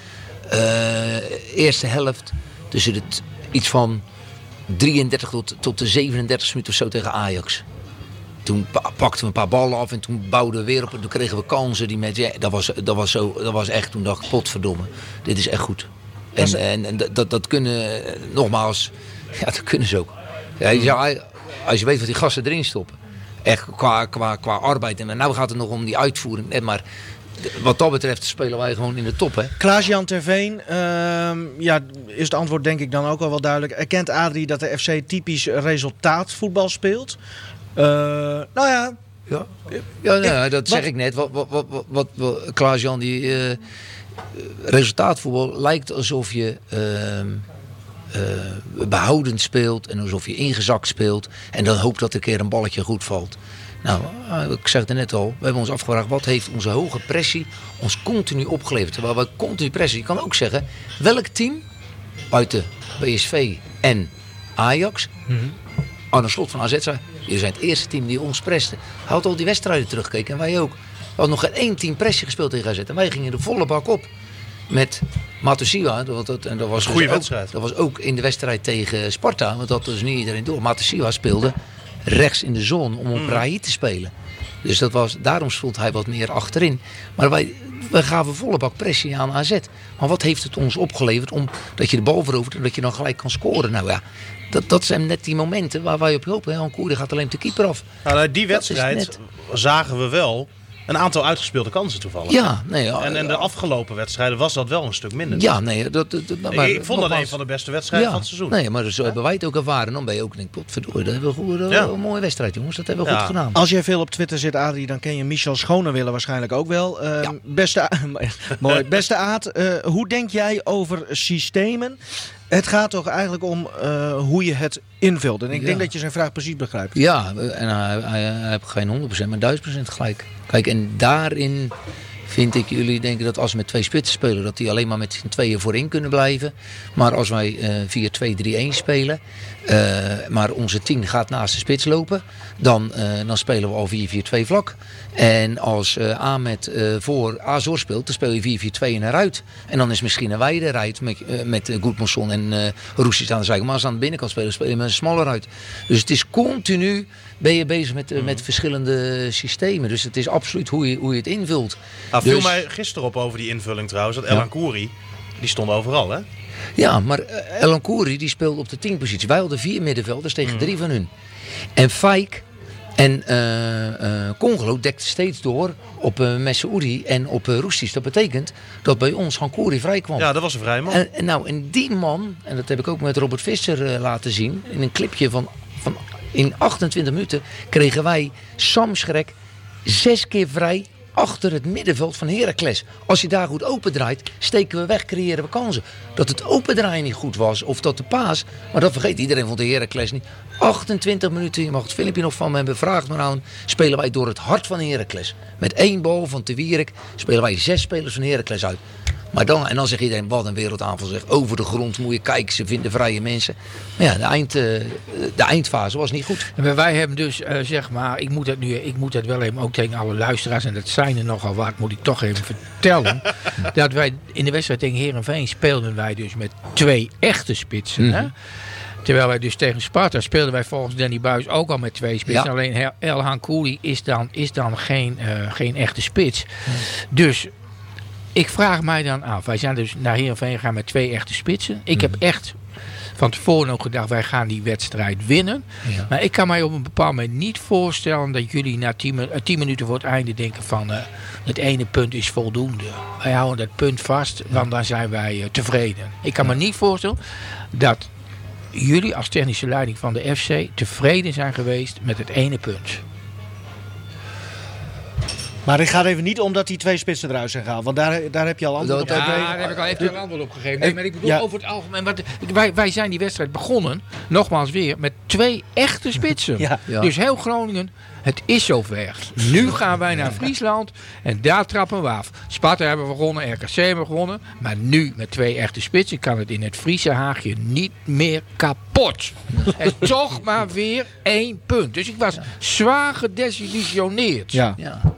eerste helft, tussen iets van 33 tot de 37 minuten of zo tegen Ajax. Toen pakten we een paar ballen af en toen bouwden we weer op. En toen kregen we kansen die dat was echt, toen dacht ik, potverdomme, dit is echt goed. En dat kunnen, nogmaals, dat kunnen ze ook. Ja, als je weet wat die gasten erin stoppen. Echt qua arbeid. En nou gaat het nog om die uitvoering. Maar wat dat betreft spelen wij gewoon in de top, hè. Klaas-Jan Terveen, is het antwoord denk ik dan ook al wel duidelijk. Erkent Adrie dat de FC typisch resultaatvoetbal speelt? Dat zeg ik net. Wat Klaas-Jan, die resultaatvoetbal lijkt alsof je behoudend speelt en alsof je ingezakt speelt en dan hoopt dat een keer een balletje goed valt. Nou, ik zeg het net al, we hebben ons afgevraagd wat heeft onze hoge pressie ons continu opgeleverd. Terwijl we continu pressie, je kan ook zeggen, welk team buiten PSV en Ajax, aan de slot van AZ zei, jullie zijn het eerste team die ons preste. Hij had al die wedstrijden teruggekeken en wij ook. We hadden nog geen één team pressie gespeeld tegen AZ en wij gingen de volle bak op. Met Matosiwa, dat was een goede wedstrijd. Dat was ook in de wedstrijd tegen Sparta, want dat was niet iedereen door. Matosiwa speelde rechts in de zone om op Rai te spelen. Dus daarom stond hij wat meer achterin. Maar wij gaven volle bak pressie aan AZ. Maar wat heeft het ons opgeleverd dat je de bal verovert en dat je dan gelijk kan scoren? Nou ja, dat zijn net die momenten waar wij op hopen. Ankouri gaat alleen de keeper af. Nou, die wedstrijd zagen we wel een aantal uitgespeelde kansen toevallig. Ja, en de afgelopen wedstrijden was dat wel een stuk minder. Ja, nee. Ik vond dat een van de beste wedstrijden van het seizoen. Nee, maar zo hebben wij het ook ervaren. Dan ben je ook denk potverdorie, dat hebben we een mooie wedstrijd, jongens. Dat hebben we goed gedaan. Als jij veel op Twitter zit, Adrie, dan ken je Michel Schonewille waarschijnlijk ook wel. Beste Aad, hoe denk jij over systemen? Het gaat toch eigenlijk om hoe je het invult. En ik denk dat je zijn vraag precies begrijpt. Ja, en hij heeft geen 100%, maar 1000% gelijk. Kijk, en daarin vind ik, jullie denken dat als we met 2 spitsen spelen, dat die alleen maar met z'n tweeën voorin kunnen blijven. Maar als wij 4-2-3-1 spelen, maar onze 10 gaat naast de spits lopen, dan spelen we al 4-4-2 vlak. En als Ahmed voor Azor speelt, dan speel je 4-4-2 en eruit. En dan is misschien een wijde eruit met Goedmanson en Roesjes aan de zijkant. Maar als ze aan de binnenkant spelen, speel je met een smaller uit. Dus het is continu, ben je bezig met verschillende systemen. Dus het is absoluut hoe je het invult. Nou, viel mij gisteren op over die invulling trouwens. Dat El Ankouri, die stond overal, hè? Ja, maar El Ankouri die speelde op de 10-positie. Wij hadden 4 middenvelders tegen 3 van hun. En Fijk en Congolo dekte steeds door op Messoudi en op Roesties. Dat betekent dat bij ons Ankouri vrij kwam. Ja, dat was een vrij man. En die man, en dat heb ik ook met Robert Visser laten zien, in een clipje van in 28 minuten kregen wij Sam Schrek 6 keer vrij achter het middenveld van Heracles. Als je daar goed opendraait, steken we weg, creëren we kansen. Dat het opendraaien niet goed was, of dat de paas, maar dat vergeet iedereen van de Heracles niet. 28 minuten, je mag het filmpje nog van me hebben, vraag maar aan, spelen wij door het hart van Heracles. Met 1 bal van Te Wierik spelen wij 6 spelers van Heracles uit. Maar dan zegt iedereen, wat een wereldaanval zegt. Over de grond moet je kijken, ze vinden vrije mensen. Maar ja, de eindfase was niet goed. En wij hebben dus, ik moet het wel even ook tegen alle luisteraars, en dat zijn er nogal wat, moet ik toch even vertellen. Dat wij in de wedstrijd tegen Heerenveen speelden wij dus met 2 echte spitsen. Hè? Terwijl wij dus tegen Sparta speelden wij volgens Danny Buijs ook al met 2 spitsen. Ja. Alleen El Ankouri is dan geen echte spits. Dus ik vraag mij dan af. Wij zijn dus naar Heerenveen gegaan met 2 echte spitsen. Ik heb echt van tevoren ook gedacht, wij gaan die wedstrijd winnen. Ja. Maar ik kan mij op een bepaald moment niet voorstellen dat jullie na 10 minuten voor het einde denken van het ene punt is voldoende. Wij houden dat punt vast, want dan zijn wij tevreden. Ik kan me niet voorstellen dat jullie als technische leiding van de FC tevreden zijn geweest met het ene punt. Maar het gaat even niet omdat die 2 spitsen eruit zijn gehaald. Want daar heb je al antwoord op gegeven. Ja, daar heb ik al even een antwoord op gegeven. Nee, maar ik bedoel over het algemeen. Wij zijn die wedstrijd begonnen, nogmaals weer, met 2 echte spitsen. Ja. Dus heel Groningen, het is zover. Nu gaan wij naar Friesland en daar trappen we af. Sparta hebben we gewonnen, RKC hebben we gewonnen. Maar nu met 2 echte spitsen kan het in het Friese Haagje niet meer kapot. En toch maar weer 1 punt. Dus ik was zwaar gedesillusioneerd. Ja.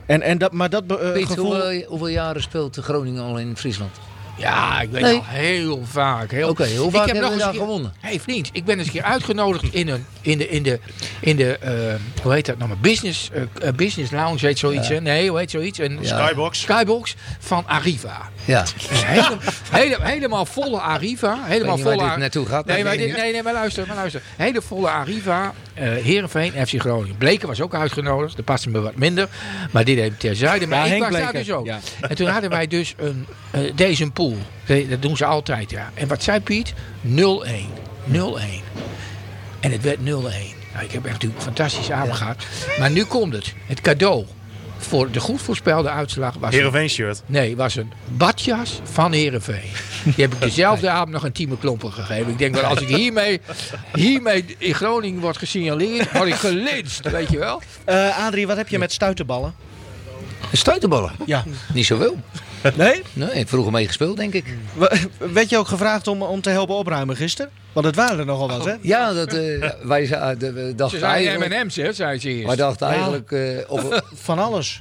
Hoeveel jaren speelt Groningen al in Friesland? Ja, ik weet al heel vaak. Oké, hoe vaak hebben we daar gewonnen? Hey vriend, ik ben eens een keer uitgenodigd in de hoe heet dat nou maar? Business Lounge heet zoiets. Hè? Nee, hoe heet zoiets? Skybox. Skybox van Arriva. Ja. Helemaal volle Arriva. Helemaal Weet niet waar volle dit naartoe gaat. Nee, maar luister. Hele volle Arriva. Heerenveen, FC Groningen. Bleker was ook uitgenodigd. Dat paste me wat minder. Maar dit even terzijde. Maar Ja, ik was Henk daar Bleker. dus ook. Ja. En toen hadden wij dus deze pool. Dat doen ze altijd, ja. En wat zei Piet? 0-1. 0-1. En het werd 0-1. Nou, ik heb echt natuurlijk een fantastische avond gehad. Maar nu komt het. Het cadeau voor de goed voorspelde uitslag was... Heerenveen shirt. was een badjas van Heerenveen. Die heb ik dezelfde avond nog een Tieme Klompen gegeven. Ik denk wel, als ik hiermee in Groningen wordt gesignaleerd, word ik gelinst, weet je wel. Adrie, wat heb je met stuiterballen? Stuiterballen? Ja. Niet zoveel. Nee? Nee, vroeger mee gespeeld, denk ik. Werd je ook gevraagd om te helpen opruimen gisteren? Want het waren er nogal wat, hè? Ja, wij Ze dachten zijn eigenlijk... M&M's, hè, zei ze eerst. Wij dachten eigenlijk... Van alles.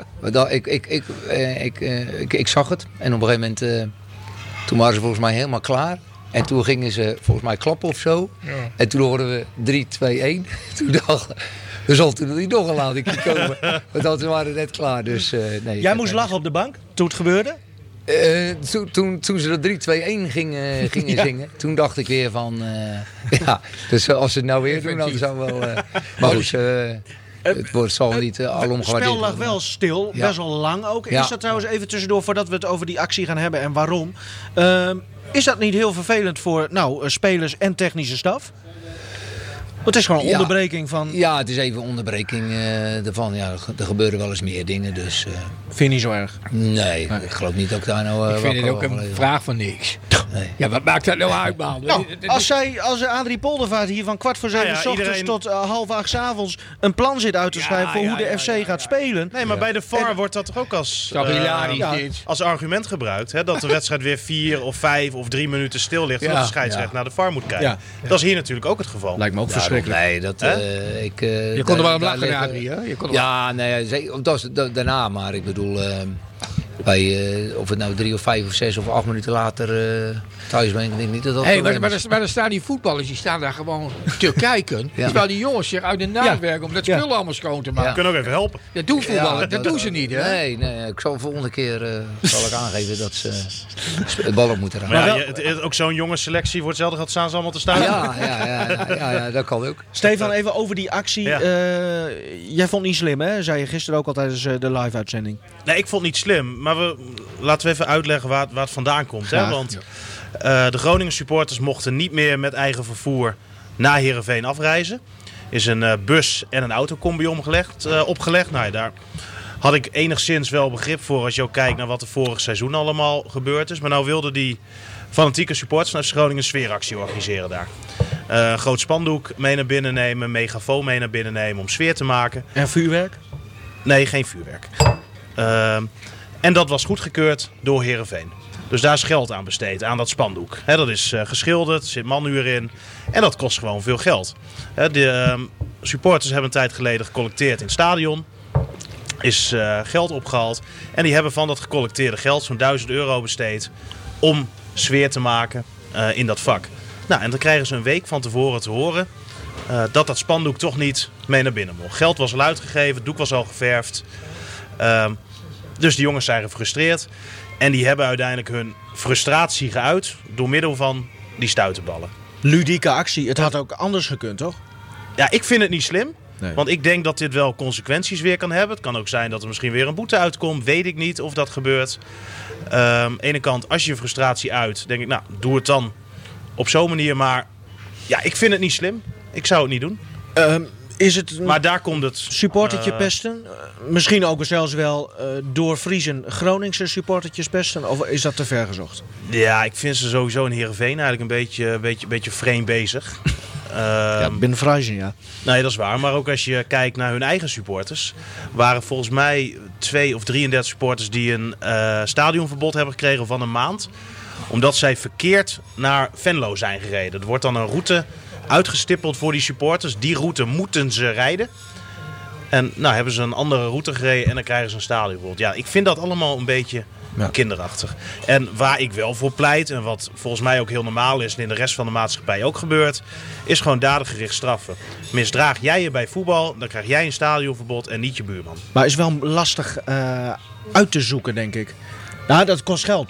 Ik zag het. En op een gegeven moment... toen waren ze volgens mij helemaal klaar. En toen gingen ze volgens mij klappen of zo. Ja. En toen hoorden we 3-2-1. Toen dachten we zal toen niet nog een laatje komen. Want we waren net klaar. Dus, nee, Jij moest lachen op de bank toen het gebeurde? Toen ze dat 3-2-1 gingen zingen, toen dacht ik weer van... dus als ze het nou weer doen, dan zou wel... maar goed, het zal niet alom Het gewaardeerd spel lag worden. wel stil, best wel lang ook. Ja. Is dat trouwens even tussendoor, voordat we het over die actie gaan hebben en waarom. Is dat niet heel vervelend voor spelers en technische staf? Het is gewoon een onderbreking van... Ja, het is even onderbreking ervan. Ja, er gebeuren wel eens meer dingen, dus... Vind je niet zo erg? Nee, ik geloof niet dat ik daar nou... ik vind het ook een vraag van niks. Nee. Ja, wat maakt dat nou uit, man? Nou, als Adrie Poldervaart hier van 7:15 's ochtends iedereen... tot 7:30 's avonds een plan zit uit te schrijven voor hoe de FC gaat spelen. Nee, maar bij de VAR wordt dat toch ook als, Toch hilarisch. als argument gebruikt. Hè? Dat de wedstrijd weer 4 of 5 of 3 minuten stil ligt. En dat de scheidsrechter naar de VAR moet kijken. Ja. Dat is hier natuurlijk ook het geval. Lijkt me ook verschrikkelijk. Nee, dat... Je kon er wel om lachen, Adrie, hè? Ja, nee, zeker, dat is daarna, maar ik bedoel... of het nou 3 of 5 of 6 of 8 minuten later thuis ben, ik denk niet dat dat... Maar er staan die voetballers, die staan daar gewoon te kijken. Ja. Terwijl die jongens zich uit de naad werken om dat spul allemaal schoon te maken. We kunnen ook even helpen. Dat doen voetballers, dat doen ze niet, hè? Nee, ik zal de volgende keer zal ik aangeven dat ze het bal op moeten raken. Maar ja, ook zo'n jonge selectie voor hetzelfde geld staan ze allemaal te staan. Ja, dat kan ook. Stefan, even over die actie. Ja. Jij vond het niet slim, hè? Zei je gisteren ook al tijdens de live-uitzending. Nee, ik vond het niet slim. Maar laten we even uitleggen waar het vandaan komt. Hè? Want de Groningen supporters mochten niet meer met eigen vervoer naar Heerenveen afreizen. Is een bus en een autocombi opgelegd. Nou, daar had ik enigszins wel begrip voor als je ook kijkt naar wat er vorig seizoen allemaal gebeurd is. Maar nou wilden die fanatieke supporters van FC Groningen een sfeeractie organiseren daar. Een groot spandoek mee naar binnen nemen, megafoon mee naar binnen nemen om sfeer te maken. En vuurwerk? Nee, geen vuurwerk. En dat was goedgekeurd door Heerenveen. Dus daar is geld aan besteed, aan dat spandoek. Dat is geschilderd, er zit manuur in. En dat kost gewoon veel geld. De supporters hebben een tijd geleden gecollecteerd in het stadion. Is geld opgehaald. En die hebben van dat gecollecteerde geld zo'n €1000 besteed om sfeer te maken in dat vak. Nou, en dan krijgen ze een week van tevoren te horen dat spandoek toch niet mee naar binnen mocht. Geld was al uitgegeven, het doek was al geverfd. Dus die jongens zijn gefrustreerd. En die hebben uiteindelijk hun frustratie geuit door middel van die stuiterballen. Ludieke actie. Het had ook anders gekund, toch? Ja, ik vind het niet slim. Nee. Want ik denk dat dit wel consequenties weer kan hebben. Het kan ook zijn dat er misschien weer een boete uitkomt. Weet ik niet of dat gebeurt. Aan de ene kant, als je frustratie uit, denk ik, nou, doe het dan op zo'n manier. Maar ja, ik vind het niet slim. Ik zou het niet doen. Is het Maar daar komt het... supportertje pesten? Misschien ook zelfs wel door Friesen Groningse supportertjes pesten? Of is dat te ver gezocht? Ja, ik vind ze sowieso in Heerenveen eigenlijk een beetje vreemd bezig. Binnen Friesen, ja. Nee, dat is waar. Maar ook als je kijkt naar hun eigen supporters. Waren volgens mij 2 of 33 supporters die een stadionverbod hebben gekregen van een maand. Omdat zij verkeerd naar Venlo zijn gereden. Er wordt dan een route uitgestippeld voor die supporters. Die route moeten ze rijden. En nou hebben ze een andere route gereden en dan krijgen ze een stadionverbod. Ja, ik vind dat allemaal een beetje kinderachtig. En waar ik wel voor pleit, en wat volgens mij ook heel normaal is en in de rest van de maatschappij ook gebeurt, is gewoon dadergericht straffen. Misdraag jij je bij voetbal, dan krijg jij een stadionverbod en niet je buurman. Maar is wel lastig uit te zoeken, denk ik. Nou, dat kost geld.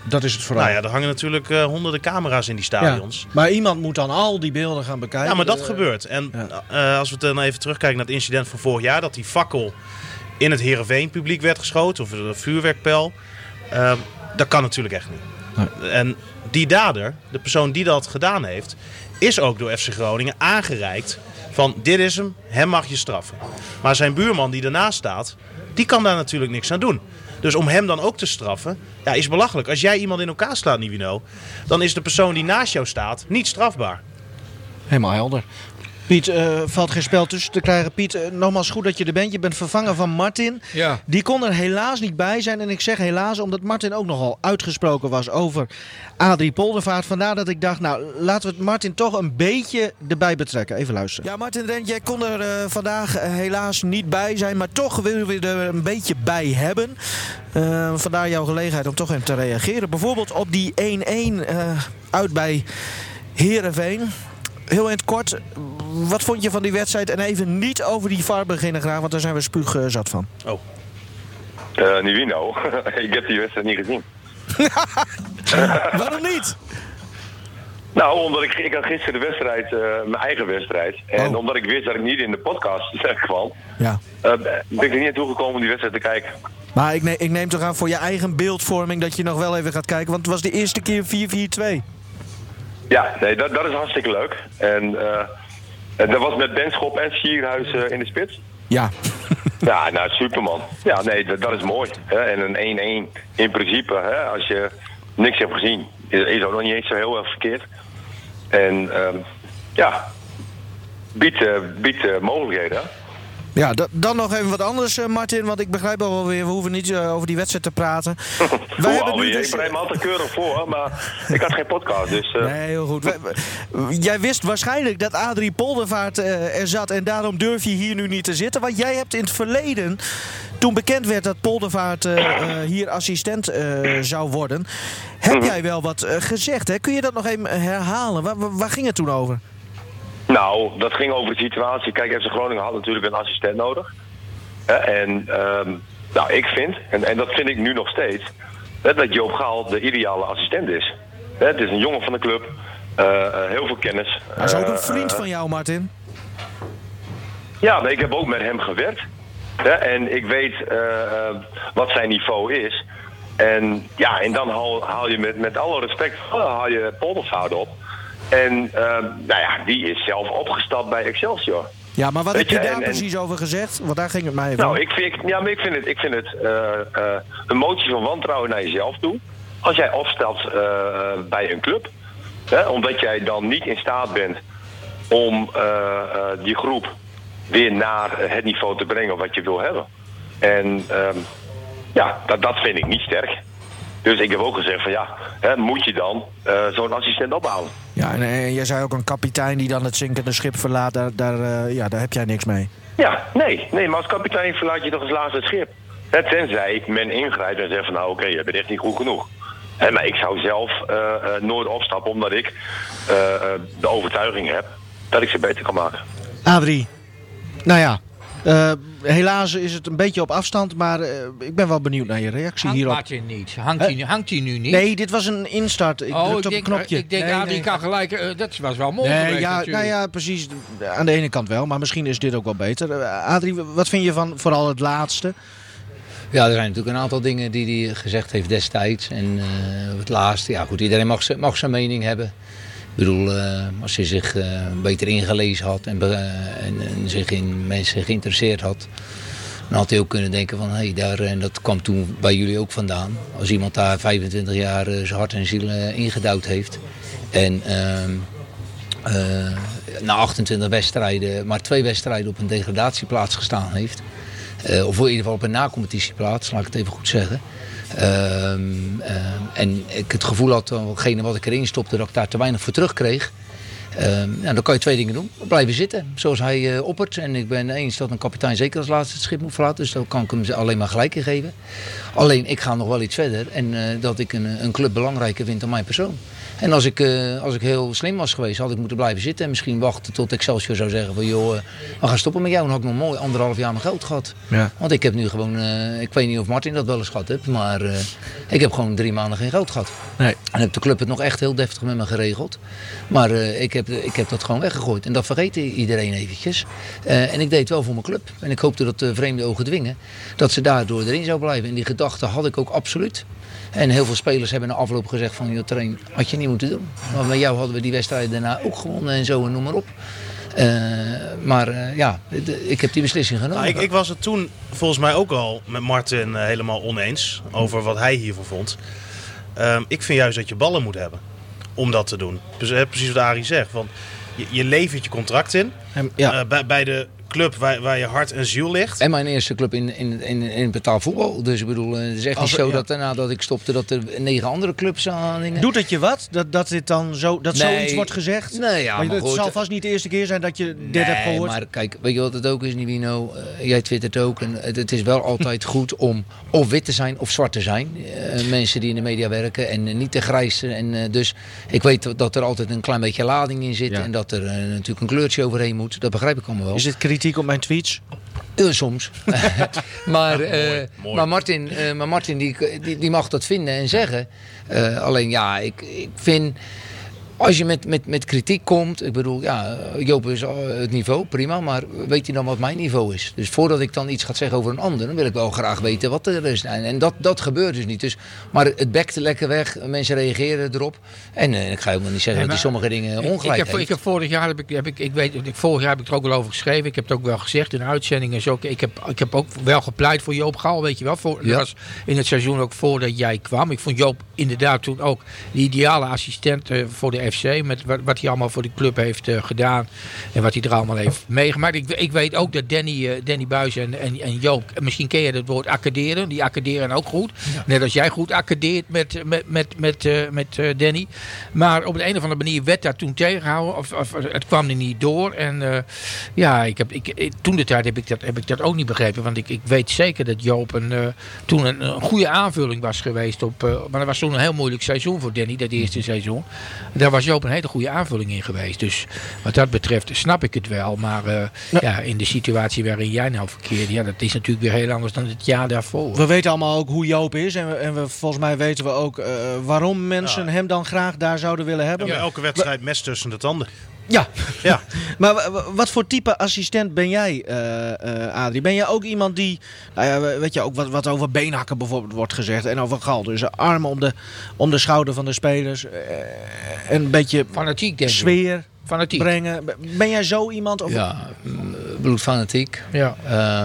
Dat is het vooral. Nou ja, er hangen natuurlijk honderden camera's in die stadions. Ja, maar iemand moet dan al die beelden gaan bekijken. Ja, maar dat gebeurt. En als we dan even terugkijken naar het incident van vorig jaar, dat die fakkel in het Heerenveen publiek werd geschoten, of een vuurwerkpijl. Dat kan natuurlijk echt niet. Nee. En die dader, de persoon die dat gedaan heeft, is ook door FC Groningen aangereikt van dit is hem mag je straffen. Maar zijn buurman die ernaast staat, die kan daar natuurlijk niks aan doen. Dus om hem dan ook te straffen, is belachelijk. Als jij iemand in elkaar slaat, Nivino, dan is de persoon die naast jou staat niet strafbaar. Helemaal helder. Piet, valt geen spel tussen te krijgen. Piet, nogmaals goed dat je er bent. Je bent vervangen van Martin. Ja. Die kon er helaas niet bij zijn. En ik zeg helaas omdat Martin ook nogal uitgesproken was over Adrie Poldervaart. Vandaar dat ik dacht, nou laten we het Martin toch een beetje erbij betrekken. Even luisteren. Ja, Martin Drent, jij kon er vandaag helaas niet bij zijn. Maar toch willen we er een beetje bij hebben. Vandaar jouw gelegenheid om toch even te reageren. Bijvoorbeeld op die 1-1 uit bij Heerenveen. Heel in het kort, wat vond je van die wedstrijd? En even niet over die VAR beginnen graag, want daar zijn we spuugzat van. Oh. Nivino, ik heb die wedstrijd niet gezien. Waarom niet? Nou, omdat ik had gisteren de wedstrijd, mijn eigen wedstrijd. En omdat ik wist dat ik niet in de podcast kwam, ben ik er niet aan toegekomen om die wedstrijd te kijken. Maar ik neem toch aan voor je eigen beeldvorming dat je nog wel even gaat kijken, want het was de eerste keer 4-4-2. Ja, nee, dat is hartstikke leuk. En dat was met Benschop en Sierhuis in de spits. Ja. Ja, nou, superman. Ja, nee, dat is mooi. Hè? En een 1-1 in principe, hè, als je niks hebt gezien, is ook nog niet eens zo heel erg verkeerd. En biedt mogelijkheden. Ja, dan nog even wat anders, Martin, want ik begrijp al wel weer, we hoeven niet over die wedstrijd te praten. Wij hebben nu dus... Ik bereid me altijd keurig voor, maar ik had geen podcast, dus... Nee, heel goed. Jij wist waarschijnlijk dat Adrie Poldervaart er zat en daarom durf je hier nu niet te zitten. Want jij hebt in het verleden, toen bekend werd dat Poldervaart hier assistent zou worden, heb jij wel wat gezegd, hè? Kun je dat nog even herhalen? Waar ging het toen over? Nou, dat ging over de situatie. Kijk, FC Groningen had natuurlijk een assistent nodig. En ik vind, en dat vind ik nu nog steeds, dat Joop Gaal de ideale assistent is. Het is een jongen van de club, heel veel kennis. Hij is ook een vriend van jou, Martin. Ja, nee, ik heb ook met hem gewerkt. En ik weet wat zijn niveau is. En dan haal je met alle respect haal je Poldervaart op. En die is zelf opgestapt bij Excelsior. Ja, maar wat heb je daar precies over gezegd? Want daar ging het mij even. Nou, ik vind het een motie van wantrouwen naar jezelf toe. Als jij opstelt bij een club. Omdat jij dan niet in staat bent om die groep weer naar het niveau te brengen wat je wil hebben. En dat vind ik niet sterk. Dus ik heb ook gezegd van moet je dan zo'n assistent ophalen? Ja, en jij zei ook een kapitein die dan het zinkende schip verlaat, daar heb jij niks mee. Ja, nee, maar als kapitein verlaat je toch als laatste het schip. Tenzij men ingrijpt en zegt van oké, je bent echt niet goed genoeg. Maar ik zou zelf nooit opstappen omdat ik de overtuiging heb dat ik ze beter kan maken. Adrie, nou ja. Helaas is het een beetje op afstand, maar ik ben wel benieuwd naar je reactie hierop. Martin niet? Hangt hij nu niet? Nee, dit was een instart. Ik drukte op een knopje. Ik denk, Adrie kan gelijk... dat was wel mooi geweest natuurlijk. Nou ja, precies. Aan de ene kant wel, maar misschien is dit ook wel beter. Adrie, wat vind je van vooral het laatste? Ja, er zijn natuurlijk een aantal dingen die hij gezegd heeft destijds. En het laatste, ja goed, iedereen mag zijn mening hebben. Ik bedoel, als hij zich beter ingelezen had en zich in mensen geïnteresseerd had, dan had hij ook kunnen denken van, en dat kwam toen bij jullie ook vandaan. Als iemand daar 25 jaar zijn hart en ziel ingedouwd heeft en na 28 wedstrijden maar 2 wedstrijden op een degradatieplaats gestaan heeft, of in ieder geval op een na-competitieplaats, laat ik het even goed zeggen. En ik het gevoel had, datgene wat ik erin stopte, dat ik daar te weinig voor terugkreeg. Dan kan je 2 dingen doen. Blijven zitten, zoals hij oppert. En ik ben eens dat een kapitein zeker als laatste het schip moet verlaten. Dus daar kan ik hem alleen maar gelijk in geven. Alleen, ik ga nog wel iets verder. En dat ik een club belangrijker vind dan mijn persoon. En als ik heel slim was geweest, had ik moeten blijven zitten. En misschien wachten tot Excelsior zou zeggen van joh, we gaan stoppen met jou. En had ik nog mooi 1,5 jaar mijn geld gehad. Ja. Want ik heb nu gewoon, ik weet niet of Martin dat wel eens gehad heeft. Maar ik heb gewoon 3 maanden geen geld gehad. Nee. En heb de club het nog echt heel deftig met me geregeld. Maar ik heb dat gewoon weggegooid. En dat vergeet iedereen eventjes. En ik deed het wel voor mijn club. En ik hoopte dat de vreemde ogen dwingen. Dat ze daardoor erin zou blijven. En die gedachte had ik ook absoluut. En heel veel spelers hebben na afloop gezegd van... joh, train, had je niet moeten doen. Maar met jou hadden we die wedstrijd daarna ook gewonnen en zo en noem maar op. Ik heb die beslissing genomen. Nou, ik was het toen volgens mij ook al met Martin helemaal oneens over wat hij hiervan vond. Ik vind juist dat je ballen moet hebben om dat te doen. Dus precies wat Arie zegt. Want je levert je contract in. Bij de club waar je hart en ziel ligt. En mijn eerste club in betaald voetbal. Dus ik bedoel, het is echt niet zo dat nadat ik stopte dat er 9 andere clubs aan dingen. Doet het je wat? Dat dit dan zo, dat zoiets wordt gezegd? Nee, ja, maar het zal vast niet de eerste keer zijn dat je dit hebt gehoord. Maar kijk, weet je wat het ook is, Nivino? Jij twittert ook. En het is wel altijd goed om of wit te zijn of zwart te zijn. Mensen die in de media werken en niet te grijs. En dus ik weet dat er altijd een klein beetje lading in zit. Ja. En dat er natuurlijk een kleurtje overheen moet. Dat begrijp ik allemaal wel. Is dit kritiek op mijn tweets? Soms. Maar Martin die mag dat vinden en zeggen. Alleen ja, ik vind... Als je met kritiek komt, ik bedoel, ja, Joop is het niveau, prima, maar weet hij dan wat mijn niveau is? Dus voordat ik dan iets ga zeggen over een ander, dan wil ik wel graag weten wat er is. En dat gebeurt dus niet. Dus, maar het bekte lekker weg, mensen reageren erop. En ik ga helemaal niet zeggen dat hij sommige dingen ongelijk heeft. Vorig jaar heb ik er ook wel over geschreven. Ik heb het ook wel gezegd in uitzendingen. Zo, ik heb ook wel gepleit voor Joop Gal, weet je wel. Dat was in het seizoen ook voordat jij kwam. Ik vond Joop inderdaad toen ook de ideale assistent voor de FC, met wat hij allemaal voor de club heeft gedaan en wat hij er allemaal heeft meegemaakt. Ik weet ook dat Danny Buijs en Joop, misschien ken je het woord accaderen, die accaderen ook goed. Ja. Net als jij goed accadeert met Danny. Maar op de een of andere manier werd dat toen tegengehouden of het kwam er niet door. En toen de tijd heb ik dat ook niet begrepen, want ik weet zeker dat Joop toen een goede aanvulling was geweest maar dat was toen een heel moeilijk seizoen voor Danny, dat eerste seizoen. Daar was Joop een hele goede aanvulling in geweest. Dus wat dat betreft snap ik het wel. Maar in de situatie waarin jij nou verkeert, dat is natuurlijk weer heel anders dan het jaar daarvoor. We weten allemaal ook hoe Joop is. En we, volgens mij weten we ook waarom mensen hem dan graag daar zouden willen hebben. Ja, elke wedstrijd mes tussen de tanden. Ja. Maar wat voor type assistent ben jij, Adrie? Ben jij ook iemand die, weet je ook wat over beenhakken bijvoorbeeld wordt gezegd en over Gal, dus armen om de schouder van de spelers, een beetje fanatiek, sfeer fanatiek brengen. Ben jij zo iemand? Of? Ja, bloedfanatiek. Ja.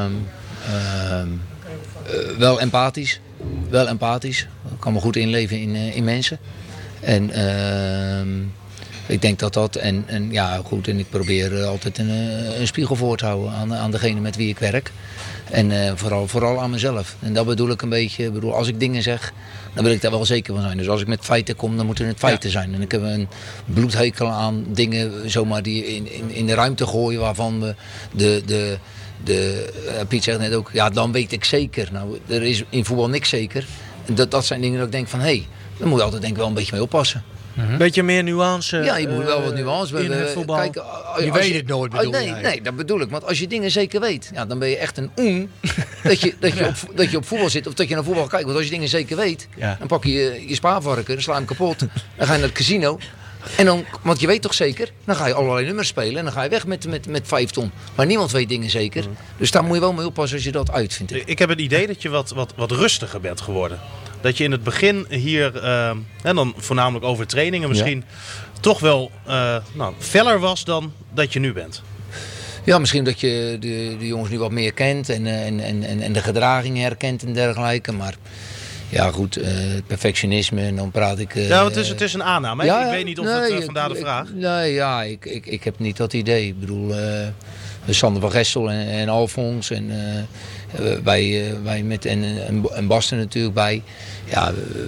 Wel empathisch. Ik kan me goed inleven in mensen. En ik denk dat en ik probeer altijd een spiegel voor te houden aan degene met wie ik werk. En vooral aan mezelf. En dat bedoel ik een beetje. Als ik dingen zeg, dan wil ik daar wel zeker van zijn. Dus als ik met feiten kom, dan moeten het feiten zijn. En ik heb een bloedhekel aan dingen zomaar die in de ruimte gooien waarvan we Piet zegt net ook, ja, dan weet ik zeker. Nou, er is in voetbal niks zeker. En dat zijn dingen dat ik denk van, daar moet je altijd denk ik wel een beetje mee oppassen. Een beetje meer nuance. Ja, je moet wel wat nuance in het voetbal. Kijk, je weet het nooit, bedoel je? Nee, dat bedoel ik. Want als je dingen zeker weet, dan ben je echt een dat je op voetbal zit of dat je naar voetbal kijkt. Want als je dingen zeker weet, dan pak je je spaarvarken, dan sla je hem kapot. Dan ga je naar het casino. En dan, want je weet toch zeker, dan ga je allerlei nummers spelen en dan ga je weg met 5 ton. Maar niemand weet dingen zeker. Dus daar moet je wel mee oppassen als je dat uitvindt. Ik heb het idee dat je wat rustiger bent geworden. Dat je in het begin hier, en dan voornamelijk over trainingen misschien, toch wel feller was dan dat je nu bent. Ja, misschien dat je de jongens nu wat meer kent en de gedragingen herkent en dergelijke. Maar ja goed, perfectionisme en dan praat ik... het is een aanname. Ja, ik weet niet of het vandaar de vraag. Ik heb niet dat idee. Ik bedoel, Sander van Gestel en Alfons en wij met en Basten natuurlijk bij. Ja,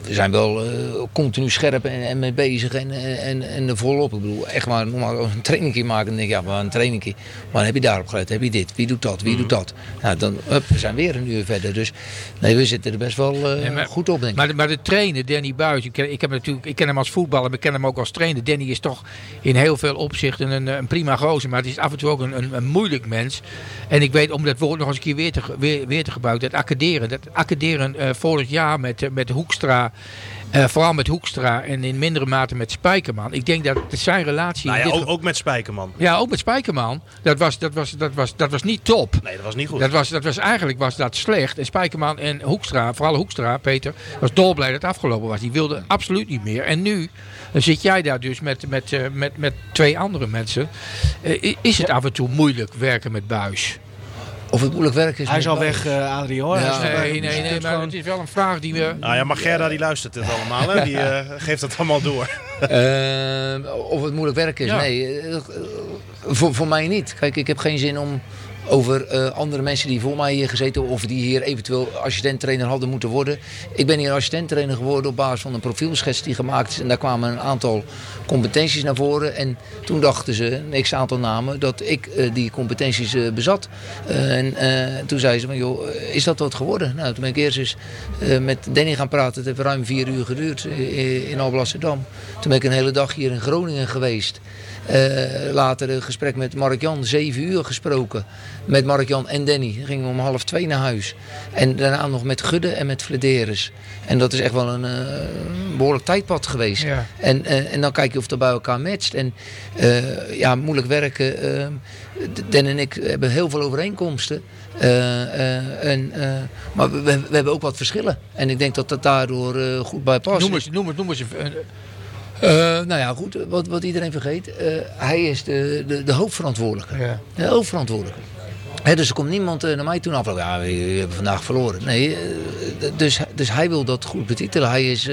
we zijn wel continu scherp en mee bezig en er volop. Ik bedoel, echt maar normaal een trainingje maken. Dan denk ik, maar een trainingje. Maar heb je daarop gelet? Heb je dit? Wie doet dat? Wie doet dat? Nou, dan we zijn weer een uur verder. Dus nee, we zitten er best wel goed op, denk ik. Maar de trainer, Danny Buijs, ik ken hem als voetballer, maar ik ken hem ook als trainer. Danny is toch in heel veel opzichten een prima gozer. Maar het is af en toe ook een moeilijk mens. En ik weet, om dat woord nog eens een keer weer te gebruiken, dat accaderen vorig jaar met Hoekstra. Vooral met Hoekstra en in mindere mate met Spijkerman. Ik denk dat zijn relatie... Nou ja, ook met Spijkerman. Ja, ook met Spijkerman. Dat was niet top. Nee, dat was niet goed. Eigenlijk was dat slecht. En Spijkerman en Hoekstra, vooral Hoekstra, Peter, was dolblij dat het afgelopen was. Die wilde absoluut niet meer. En nu zit jij daar dus met 2 andere mensen. Is het af en toe moeilijk werken met Buijs? Of het moeilijk werk is. Hij is al weg, Adrie, hoor. Ja. Nee, maar het is wel een vraag die we... Nou ja, maar Gerda die luistert het allemaal, hè? Die geeft het allemaal door. Of het moeilijk werk is, Ja. nee. Voor mij niet. Kijk, ik heb geen zin om over andere mensen die voor mij hier gezeten of die hier eventueel assistent-trainer hadden moeten worden. Ik ben hier assistent-trainer geworden op basis van een profielschets die gemaakt is. En daar kwamen een aantal competenties naar voren. En toen dachten ze, een x-aantal namen, dat ik die competenties bezat. Toen zei ze van, joh, is dat wat geworden? Nou, toen ben ik eerst eens met Danny gaan praten. Het heeft ruim 4 uur geduurd in Alblasserdam. Toen ben ik een hele dag hier in Groningen geweest. Later een gesprek met Mark-Jan, 7 uur gesproken met Mark-Jan en Danny. Dan gingen we om 1:30 naar huis. En daarna nog met Gudde en met Flederis. En dat is echt wel een behoorlijk tijdpad geweest. Ja. En dan kijk je of dat bij elkaar matcht. En moeilijk werken. Dan en ik hebben heel veel overeenkomsten. Maar we hebben ook wat verschillen. En ik denk dat dat daardoor goed bij past. Noem eens nou ja, goed, wat iedereen vergeet. Hij is de hoofdverantwoordelijke. Ja. De hoofdverantwoordelijke. Dus er komt niemand naar mij toe af. Ja, we hebben vandaag verloren. Nee, dus hij wil dat goed betitelen. Hij is...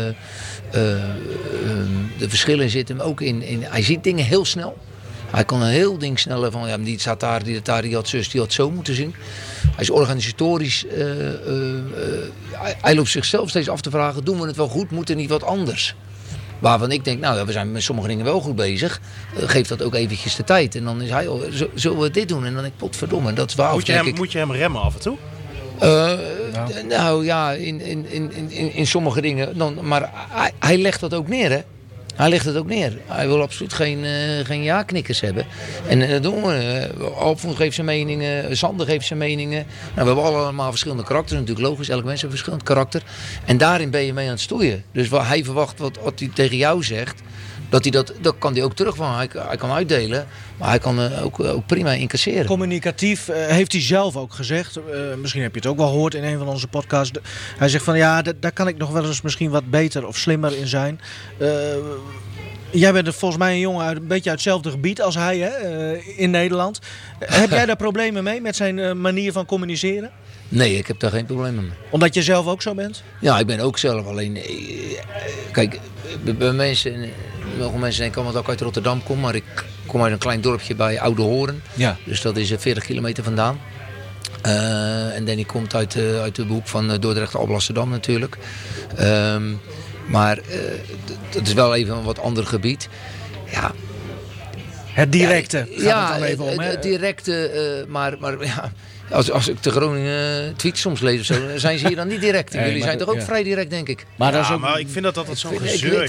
de verschillen zitten hem ook in... Hij ziet dingen heel snel. Hij kan een heel ding sneller van... Ja, die staat daar, die had zus, die had zo moeten zien. Hij is organisatorisch... hij loopt zichzelf steeds af te vragen... Doen we het wel goed? Moet er niet wat anders? Waarvan ik denk, nou, we zijn met sommige dingen wel goed bezig. Geef dat ook eventjes de tijd. En dan is hij, zullen we dit doen? En dan denk ik, potverdomme, dat is waar. Moet je hem remmen af en toe? Nou ja, in sommige dingen. Maar hij legt dat ook neer, hè. Hij legt het ook neer. Hij wil absoluut geen ja-knikkers hebben. En dat doen we. Alfons geeft zijn meningen. Sander geeft zijn meningen. Nou, we hebben allemaal verschillende karakters. Natuurlijk logisch. Elk mens heeft een verschillend karakter. En daarin ben je mee aan het stoeien. Dus wat hij verwacht wat hij tegen jou zegt. Dat kan hij ook terug van. Hij kan uitdelen. Maar hij kan ook prima incasseren. Communicatief heeft hij zelf ook gezegd. Misschien heb je het ook wel gehoord in een van onze podcasts. Hij zegt van ja, daar kan ik nog wel eens misschien wat beter of slimmer in zijn. Jij bent volgens mij een jongen een beetje uit hetzelfde gebied als hij, hè, in Nederland. Heb jij daar problemen mee met zijn manier van communiceren? Nee, ik heb daar geen problemen mee. Omdat je zelf ook zo bent? Ja, ik ben ook zelf. Alleen, kijk, bij mensen denken dat ik uit Rotterdam kom, maar ik kom uit een klein dorpje bij Oude Hoorn. Ja. Dus dat is 40 kilometer vandaan. En Danny komt uit de hoek van Dordrecht, Alblasserdam natuurlijk. Maar dat is wel even een wat ander gebied. Ja. Het directe gaat het dan even om, hè? Het directe, maar ja... Als ik de Groningen tweets soms lees of zo, zijn ze hier dan niet direct. Jullie zijn toch ook vrij direct, denk ik. Maar, dat is ook... maar ik vind dat altijd zo'n gezeur.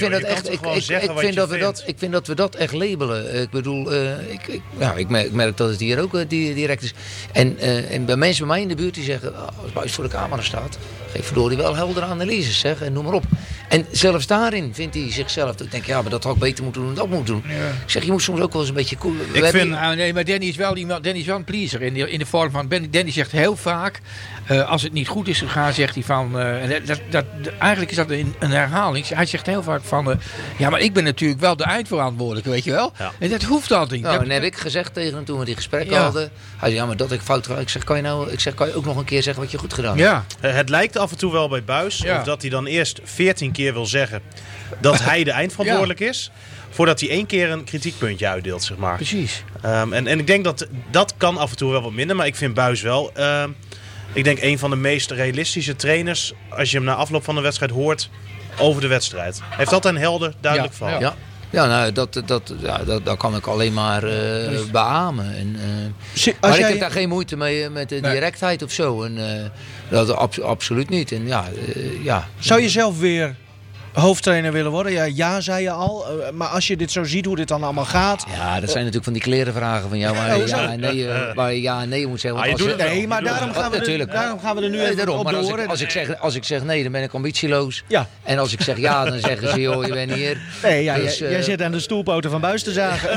Ik vind dat we dat echt labelen. Ik bedoel, ik merk dat het hier ook direct is. En bij mensen bij mij in de buurt die zeggen, als Buijs voor de camera staat, geef verdorie wel heldere analyses, zeg, en noem maar op. En zelfs daarin vindt hij zichzelf. Ik denk, ja, maar dat had ik beter moeten doen dan dat moet doen. Ja. Ik zeg, je moet soms ook wel eens een beetje cool. Nee, maar Danny is wel een pleaser in de vorm van... Danny zegt heel vaak, als het niet goed is gegaan, zegt hij van... eigenlijk is dat een herhaling. Hij zegt heel vaak van... ja, maar ik ben natuurlijk wel de eindverantwoordelijke, weet je wel. Ja. En dat hoeft altijd niet. Nou, en heb ik gezegd tegen hem toen we die gesprekken hadden. Hij zei, ja, maar dat ik fout ga. Ik zeg, kan je ook nog een keer zeggen wat je goed gedaan hebt? Ja. Het lijkt af en toe wel bij Buijs. Of dat hij dan eerst 14 keer wil zeggen dat hij de eindverantwoordelijk is. Voordat hij 1 keer een kritiekpuntje uitdeelt, zeg maar. Precies. En ik denk dat kan af en toe wel wat minder. Maar ik vind Buijs wel ik denk een van de meest realistische trainers, als je hem na afloop van de wedstrijd hoort over de wedstrijd. Hij heeft altijd een helder, duidelijk verhaal. Ja, nou, dat kan ik alleen maar beamen. Maar ik heb daar geen moeite mee met de directheid of zo. En, dat absoluut niet. En, Zou je zelf weer hoofdtrainer willen worden? Ja, zei je al. Maar als je dit zo ziet, hoe dit dan allemaal gaat. Ja, dat zijn natuurlijk van die klerenvragen van jou. Waar je ja en nee moet zeggen. Nee, maar daarom gaan we er nu even op door. Als ik zeg nee, dan ben ik ambitieloos. Ja. En als ik zeg ja, dan zeggen ze, joh, je bent hier. Nee, jij zit aan de stoelpoten van Buis te zagen.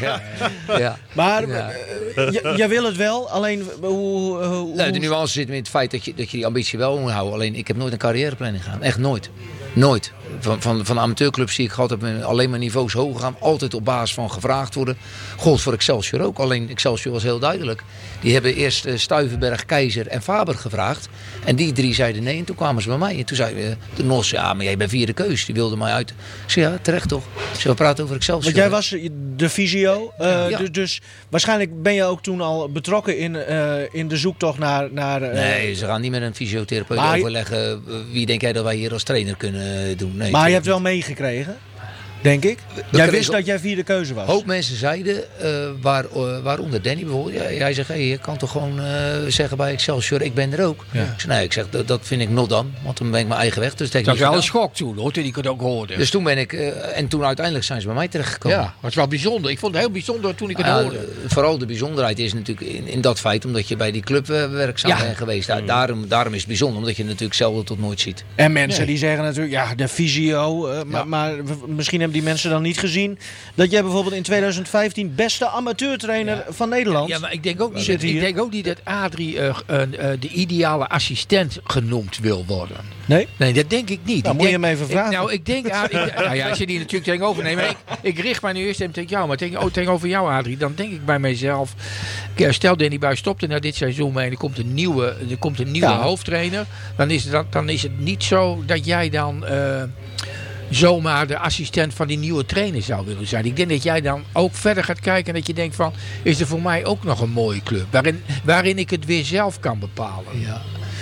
Ja. Maar jij wil het wel, alleen hoe... De nuance zit in het feit dat je die ambitie wel moet houden. Alleen, ik heb nooit een carrièreplanning gedaan. Echt nooit. Nooit. Van amateurclubs zie ik altijd alleen maar niveaus hoger gaan. Altijd op basis van gevraagd worden. Gold voor Excelsior ook. Alleen Excelsior was heel duidelijk. Die hebben eerst Stuyvenberg, Keizer en Faber gevraagd. En die 3 zeiden nee. En toen kwamen ze bij mij. En toen zei de NOS, ja, maar jij bent 4e keus. Die wilde mij uit. Ik zei, ja, terecht toch. We praten over Excelsior. Want jij was de fysio. Dus waarschijnlijk ben je ook toen al betrokken in de zoektocht naar... Nee, ze gaan niet met een fysiotherapeut overleggen. Wie denk jij dat wij hier als trainer kunnen doen? Nee, maar je hebt wel meegekregen, denk ik. Jij wist dat jij 4e keuze was. Een hoop mensen zeiden, waaronder Danny bijvoorbeeld. Jij zegt, je kan toch gewoon zeggen bij Excelsior, ik ben er ook. Ja. Ik zeg, nee, dat vind ik not dan. Want dan ben ik mijn eigen weg. Dus dat was wel een schok toen, hoor, toen ik het ook hoorde. Dus toen ben ik, en toen uiteindelijk zijn ze bij mij terechtgekomen. Ja, dat was wel bijzonder. Ik vond het heel bijzonder toen ik het hoorde. Vooral de bijzonderheid is natuurlijk in dat feit, omdat je bij die club werkzaam bent geweest. Daarom is het bijzonder, omdat je het natuurlijk zelden tot nooit ziet. En mensen die zeggen natuurlijk, ja, de fysio. Maar misschien hebben die mensen dan niet gezien dat jij bijvoorbeeld in 2015 beste amateurtrainer van Nederland. Ja, maar ik denk ook niet dat Adrie de ideale assistent genoemd wil worden. Nee? Nee, dat denk ik niet. Nou, moet je hem even vragen. Ik denk, als je die natuurlijk tegenover neemt. Maar ik richt mij nu eerst even tegen jou. Maar tegenover jou, Adrie, dan denk ik bij mezelf. Stel Danny Buis stopt er na dit seizoen mee en er komt een nieuwe hoofdtrainer. Dan is het niet zo dat jij dan zomaar de assistent van die nieuwe trainer zou willen zijn. Ik denk dat jij dan ook verder gaat kijken en dat je denkt van, is er voor mij ook nog een mooie club waarin ik het weer zelf kan bepalen. Ja.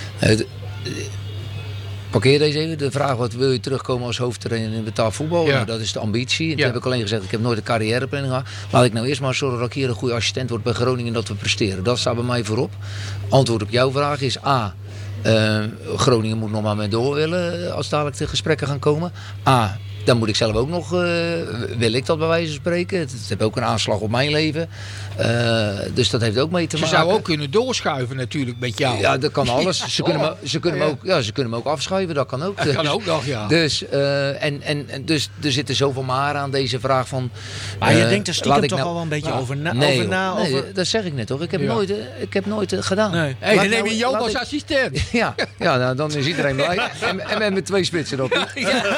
Parkeer deze even. De vraag, wat wil je terugkomen als hoofdtrainer in betaald voetbal? Ja. Nou, dat is de ambitie. En toen heb ik alleen gezegd, ik heb nooit een carrièreplanning gehad. Laat ik nou eerst maar zorgen dat ik hier een goede assistent word bij Groningen en dat we presteren. Dat staat bij mij voorop. Antwoord op jouw vraag is A. Groningen moet nog maar mee door willen als dadelijk de gesprekken gaan komen. Dan moet ik zelf ook nog, wil ik dat bij wijze van spreken. Het heeft ook een aanslag op mijn leven. Dus dat heeft ook mee te maken. Ze zouden ook kunnen doorschuiven natuurlijk met jou. Ja, dat kan alles. Ze kunnen me ook afschuiven, dat kan ook. Dat kan ook nog, ja. Dus, dus er zitten zoveel maar aan deze vraag van... Maar je denkt er stiekem toch al wel een beetje over na? Nee, dat zeg ik net toch. Ik heb nooit gedaan. Nee. Hey, dan neem je jou als assistent. Ja, nou, dan is iedereen blij. En met 2 spitsen erop.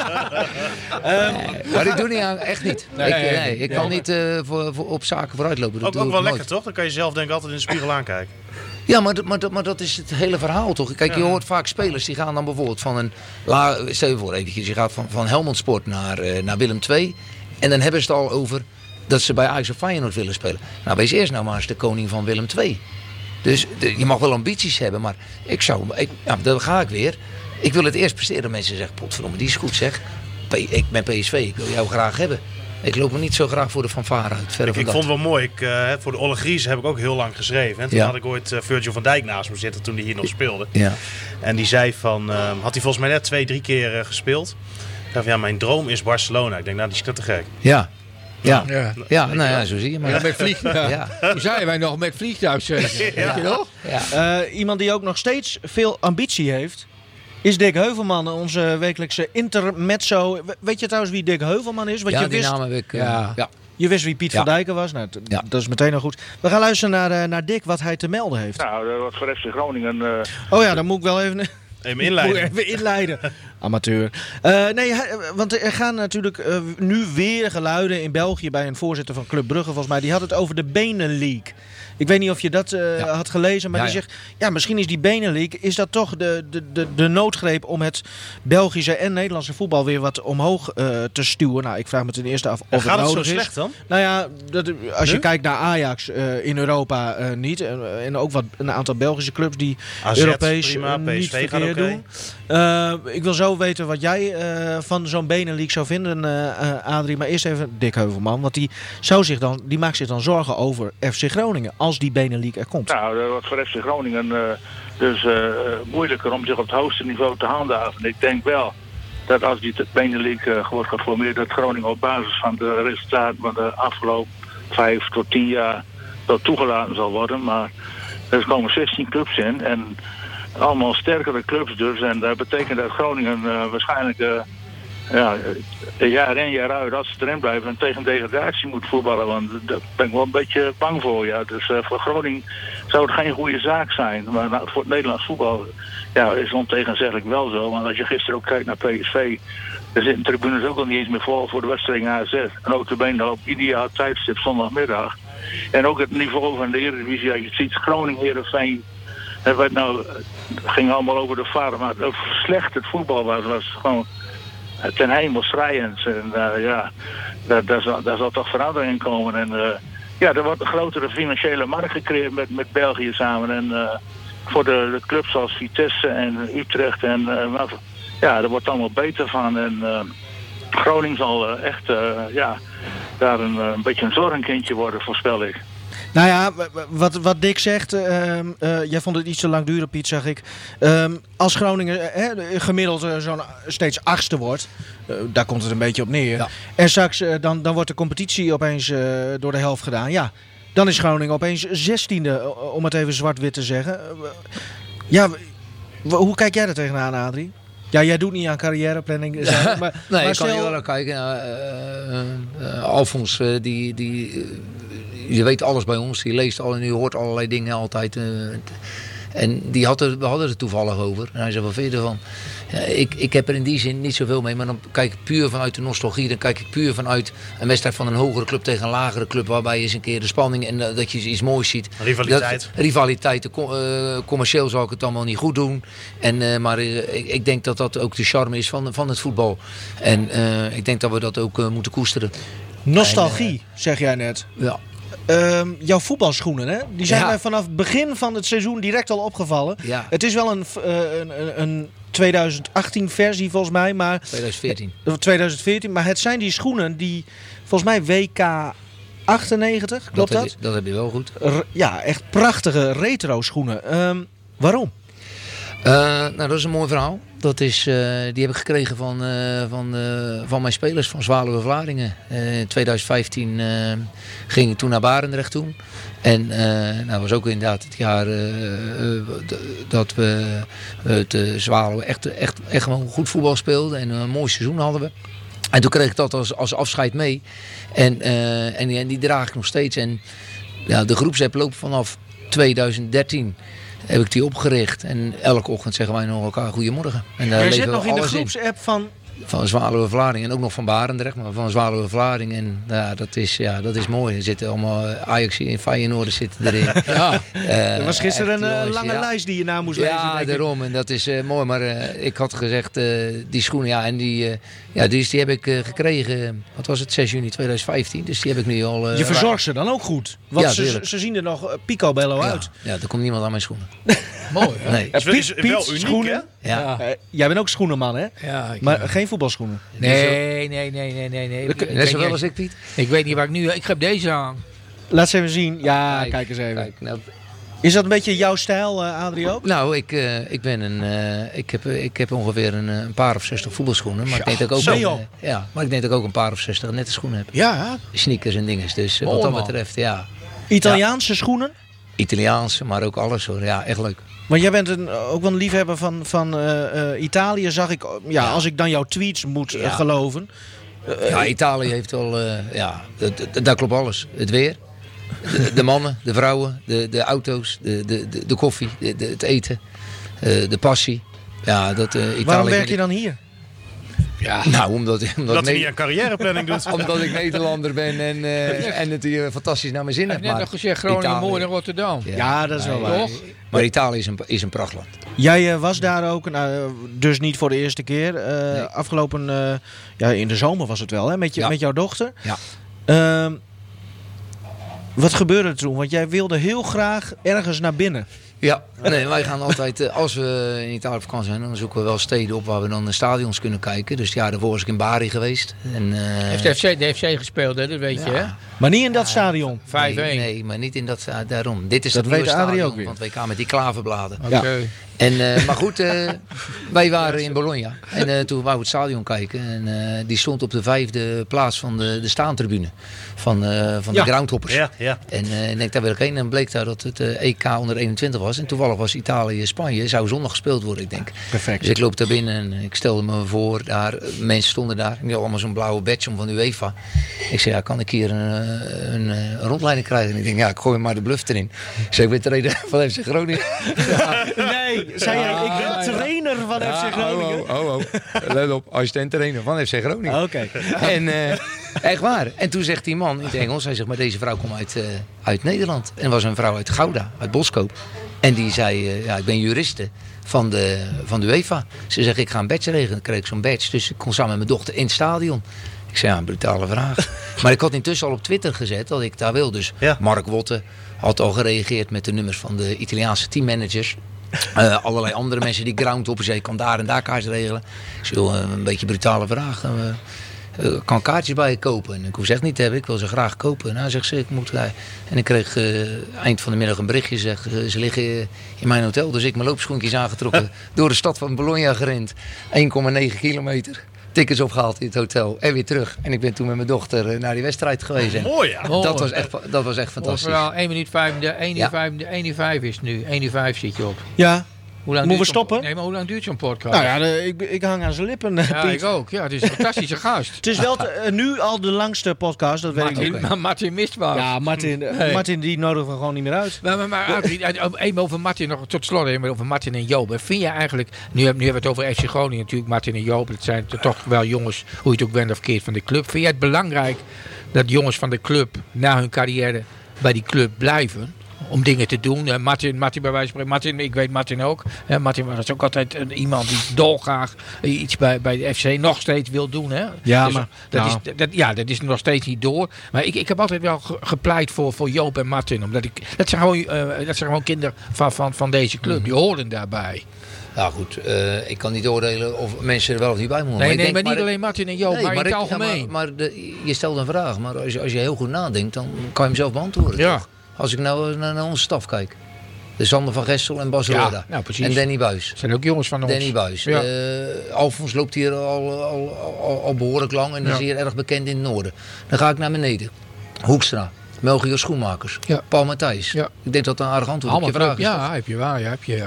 Maar ik doe niet aan, echt niet. Ik kan niet op zaken vooruitlopen. Dat ook wel lekker toch? Dan kan je zelf denk ik altijd in de spiegel aankijken. Ja, maar dat is het hele verhaal toch? Kijk, je hoort vaak spelers die gaan dan bijvoorbeeld van een... Stel je voor eventjes, je gaat van Helmond Sport naar Willem II. En dan hebben ze het al over dat ze bij Ajax of Feyenoord willen spelen. Nou, wees eerst nou maar eens de koning van Willem II. Dus je mag wel ambities hebben, maar dan ga ik weer. Ik wil het eerst presteren. Mensen zeggen, potverdomme, die is goed zeg. Ik ben PSV, ik wil jou graag hebben. Ik loop me niet zo graag voor de fanfare uit. Ik vond het wel mooi. Voor de Olle Gries heb ik ook heel lang geschreven. En toen had ik ooit Virgil van Dijk naast me zitten toen hij hier nog speelde. Ja. En die zei van, had hij volgens mij net 2-3 keer gespeeld. Ik dacht van, mijn droom is Barcelona. Ik denk, nou die is te gek. Ja. Zo zie je maar. Ja, met vliegtuig. Toen zeiden wij nog met vliegtuig. Weet je nog? Ja. Iemand die ook nog steeds veel ambitie heeft, is Dick Heuvelman, onze wekelijkse intermezzo. Weet je trouwens wie Dick Heuvelman is? Want die naam heb ik. Je wist wie Piet van Dijken was? Nou, dat is meteen al goed. We gaan luisteren naar Dick, wat hij te melden heeft. Nou, wat voor FC Groningen... dan moet ik wel even inleiden. Amateur. Want er gaan natuurlijk nu weer geluiden in België bij een voorzitter van Club Brugge, volgens mij. Die had het over de Benelink. Ik weet niet of je dat had gelezen, maar die zegt, misschien is die Benelink, is dat toch de noodgreep om het Belgische en Nederlandse voetbal weer wat omhoog te stuwen. Nou, ik vraag me ten eerste af of het nodig is. Gaat het zo slecht dan? Nou ja, als je kijkt naar Ajax in Europa niet. En ook een aantal Belgische clubs die AZ, Europees prima, niet PSV verkeerd doen. Ik wil zo weten wat jij van zo'n Benelink zou vinden, Adrie. Maar eerst even Dick Heuvelman, want die maakt zich dan zorgen over FC Groningen als die Benelink er komt. Nou, dat wordt voor FC Groningen moeilijker om zich op het hoogste niveau te handhaven. Ik denk wel dat als die Benelink wordt geformeerd, dat Groningen op basis van de resultaten van de afgelopen 5 tot 10 jaar wel toegelaten zal worden. Maar er komen 16 clubs in en allemaal sterkere clubs dus. En dat betekent dat Groningen waarschijnlijk jaar in jaar uit, als ze erin blijven, en tegen degradatie moet voetballen. Want daar ben ik wel een beetje bang voor. Ja. Dus voor Groningen zou het geen goede zaak zijn. Maar voor het Nederlands voetbal is het ontegenzeggelijk wel zo. Want als je gisteren ook kijkt naar PSV, er zitten tribunes ook al niet eens meer vol voor de wedstrijd AZ. En ook de benen op ideaal tijdstip zondagmiddag. En ook het niveau van de Eredivisie, als je ziet, Groningen, Heerenveen. Het ging allemaal over de vader, maar hoe slecht het voetbal was gewoon ten hemel schrijend. En daar zal toch verandering in komen. En er wordt een grotere financiële markt gecreëerd met België samen. En voor de clubs zoals Vitesse en Utrecht. En daar wordt allemaal beter van. En Groningen zal echt daar een beetje een zorgenkindje worden, voorspel ik. Nou ja, wat Dick zegt, jij vond het iets te lang duren, Piet, zag ik. Als Groningen gemiddeld zo'n steeds 8e wordt, daar komt het een beetje op neer. Ja. En straks dan wordt de competitie opeens door de helft gedaan. Ja, dan is Groningen opeens 16e, om het even zwart-wit te zeggen. Hoe kijk jij er tegenaan, Adrie? Ja, jij doet niet aan carrièreplanning. Maar ik kan heel erg kijken. Alfons, je weet alles bij ons. Die leest al en die hoort allerlei dingen altijd. En we hadden het toevallig over. En hij zei, wat vind je ervan? Ja, ik heb er in die zin niet zoveel mee. Maar dan kijk ik puur vanuit de nostalgie. Dan kijk ik puur vanuit een wedstrijd van een hogere club tegen een lagere club. Waarbij je eens een keer de spanning en dat je iets moois ziet. Rivaliteit. Commercieel zou ik het allemaal niet goed doen. Maar ik denk dat dat ook de charme is van het voetbal. En ik denk dat we dat ook moeten koesteren. Nostalgie, zeg jij net. Ja. Jouw voetbalschoenen, hè? Die zijn mij vanaf het begin van het seizoen direct al opgevallen. Ja. Het is wel een 2018 versie volgens mij, maar 2014. Maar het zijn die schoenen die volgens mij WK 98, klopt dat? Dat heb je wel goed. Echt prachtige retro schoenen. Waarom? Dat is een mooi verhaal. Die heb ik gekregen van mijn spelers van Zwaluwe Vlaardingen. In 2015 ging ik toen naar Barendrecht toe. En dat was ook inderdaad het jaar dat we het Zwaluwe echt gewoon goed voetbal speelden. En een mooi seizoen hadden we. En toen kreeg ik dat als afscheid mee. En die draag ik nog steeds. En de groepsapp loopt vanaf 2013. Heb ik die opgericht en elke ochtend zeggen wij nog elkaar goedemorgen. En daar jij zit nog in de groepsapp van Zwaluwe Vlaardingen en ook nog van Barendrecht, maar van Zwaluwe Vlaardingen. En dat is mooi. Er zitten allemaal Ajax en Feyenoord zitten erin. Er was gisteren een lange lijst die je na moest lezen. Ja, daarom. En dat is mooi. Maar ik had gezegd, die schoenen, en die heb ik gekregen. Wat was het? 6 juni 2015. Dus die heb ik nu al. Je verzorgt ze dan ook goed? Want ze zien er nog picobello uit. Ja, er komt niemand aan mijn schoenen. Mooi, hè? Nee. Piet, wel uniek, schoenen. Ja. Jij bent ook schoenenman, hè? Ja. Maar geen voetbalschoenen. Nee. Net zoveel als ik, Piet. Ik weet niet waar ik nu... Ik heb deze aan. Laat ze even zien. Ja, kijk eens even. Is dat een beetje jouw stijl, Adrie ook? Nou, ik heb ongeveer een paar of 60 voetbalschoenen. Maar ik denk dat ik ook een paar of 60 nette schoenen heb. Ja. Sneakers en dingen. Dus wat dat betreft, ja. Italiaanse schoenen? Italiaanse, maar ook alles hoor. Ja, echt leuk. Maar jij bent ook wel een liefhebber van Italië, zag ik. Als ik dan jouw tweets moet geloven. Italië heeft wel... daar klopt alles. Het weer. De mannen, de vrouwen, de auto's, de koffie, het eten, de passie. Ja, Italië. Waarom werk je dan hier? Ja. Nou, omdat hij niet aan carrièreplanning doet. Omdat ik Nederlander ben en het hier fantastisch naar mijn zin heeft. Net nog gezegd Groningen mooi in Rotterdam. Ja, dat is wel waar. Maar Italië is een prachtland. Jij was daar ook, dus niet voor de eerste keer. Nee. Afgelopen, in de zomer was het wel, hè, met jouw dochter. Ja. Wat gebeurde er toen? Want jij wilde heel graag ergens naar binnen. Ja, nee, wij gaan altijd, als we in Italië op vakantie zijn, dan zoeken we wel steden op waar we dan de stadions kunnen kijken. Dus ja, daarvoor was ik in Bari geweest. En, heeft de FC gespeeld, hè? Dat weet je, hè? Maar niet in dat stadion? 5-1. Nee, maar niet in dat, daarom. Dit is dat het nieuwe stadion ook weer. van het WK met die klaverbladen. Okay. En, maar goed, wij waren in Bologna en toen wou we het stadion kijken. En die stond op de 5e plaats van de staantribune van de groundhoppers. Ja, ja. En ik denk, daar wil ik heen. En bleek daar dat het EK onder 21 was. En toevallig was Italië-Spanje. Zou zondag gespeeld worden, ik denk. Perfect. Dus ik loop daar binnen en ik stelde me voor. Daar, mensen stonden daar. En die hadden allemaal zo'n blauwe badge om van UEFA. Ik zei, kan ik hier een rondleiding krijgen? En ik denk, ik gooi maar de bluff erin. Ik zei, ik ben trainer van FC Groningen. Nee, zei jij, ik ben trainer van FC Groningen. Oh. Let op, assistent trainer van FC Groningen. Oké. En echt waar. En toen zegt die man in het Engels, hij zegt, maar deze vrouw komt uit Nederland. En was een vrouw uit Gouda, uit Boskoop. En die zei, ik ben juriste van de UEFA. Ze zegt, ik ga een badge regelen. Dan kreeg ik zo'n badge. Dus ik kon samen met mijn dochter in het stadion. Ik zei, een brutale vraag. Maar ik had intussen al op Twitter gezet dat ik daar wil. Dus Mark Wotte had al gereageerd met de nummers van de Italiaanse teammanagers. Allerlei andere mensen die groundhoppen zei, ik kan daar en daar kaartjes regelen. Ik zei, een beetje brutale vraag. Kan kaartjes bij je kopen? En ik hoef ze echt niet te hebben, ik wil ze graag kopen. Nou, zegt ze, ik moet. En ik kreeg eind van de middag een berichtje, zegt ze liggen in mijn hotel. Dus ik mijn loopschoentjes aangetrokken, door de stad van Bologna gerend. 1,9 kilometer. Tickets opgehaald in het hotel en weer terug. En ik ben toen met mijn dochter naar die wedstrijd geweest. En mooi, ja. Dat was echt fantastisch. Vooral 1 minuut 5, 1 uur 5 is het nu. 1 uur 5 zit je op. Ja. Moeten we stoppen? Nee, maar hoe lang duurt zo'n podcast? Nou ja, ik hang aan zijn lippen, Ja, Piet. ik ook. Ja, het is een fantastische gast. Het is wel nu al de langste podcast, dat weet ik ook. Martin mist wel. Ja, Martin die nodigen we gewoon niet meer uit. Maar Adrie, even over Martin nog tot slot, even over Martin en Joop. Vind je eigenlijk, nu hebben we het over FC Groningen natuurlijk, Martin en Joop, dat zijn toch wel jongens, hoe je het ook bent of keert, van de club. Vind jij het belangrijk dat jongens van de club na hun carrière bij die club blijven? Om dingen te doen. Martin bij wijze van spreken. Martin, ik weet Martin ook. Martin was ook altijd iemand die dolgraag iets bij de FC nog steeds wil doen. Hè? Ja, dus, maar dat is nog steeds niet door. Maar ik heb altijd wel gepleit voor Joop en Martin. Omdat dat zijn gewoon kinderen van deze club. Die horen daarbij. Nou goed, ik kan niet oordelen of mensen er wel of niet bij moeten. Nee, maar niet alleen Martin en Joop, maar in het algemeen. Maar je stelt een vraag. Maar als je heel goed nadenkt, dan kan je hem zelf beantwoorden. Ja. Toch? Als ik nou naar onze staf kijk. De Sander van Gessel en Bas Roda. Ja, precies. En Danny Buis. Dat zijn ook jongens van ons. Danny Buis. Ja. Alfons loopt hier al behoorlijk lang. En is hier erg bekend in het noorden. Dan ga ik naar beneden. Hoekstra. Melchior Schoenmakers. Ja. Paul Matthijs. Ja. Ik denk dat dat een aardig antwoord op je vraag is. Ja, heb je waar.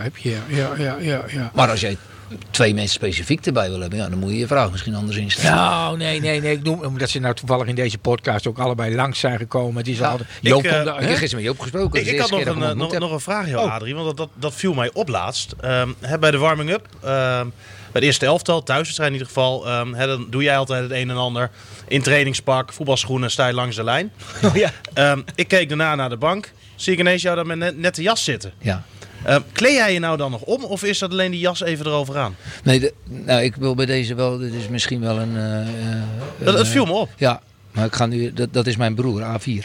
Ja. Maar als jij 2 mensen specifiek erbij wil hebben, dan moet je je vraag misschien anders instellen. Nou, nee. Ik noem omdat ze nou toevallig in deze podcast ook allebei langs zijn gekomen. Het is altijd. Ik heb gisteren met Joop gesproken. Ik had nog een vraag, Adrie, want dat viel mij op laatst. Bij de warming-up, bij de eerste elftal, thuiswedstrijd in ieder geval, dan doe jij altijd het een en ander in trainingspak, voetbalschoenen, sta je langs de lijn. Oh, ja. Ik keek daarna naar de bank, zie ik ineens jou dan met nette jas zitten. Ja. Kleed jij je nou dan nog om of is dat alleen die jas even erover aan? Nee, ik wil bij deze wel, dit is misschien wel een... Dat viel me op. Ja, maar ik ga nu, dat is mijn broer, A4.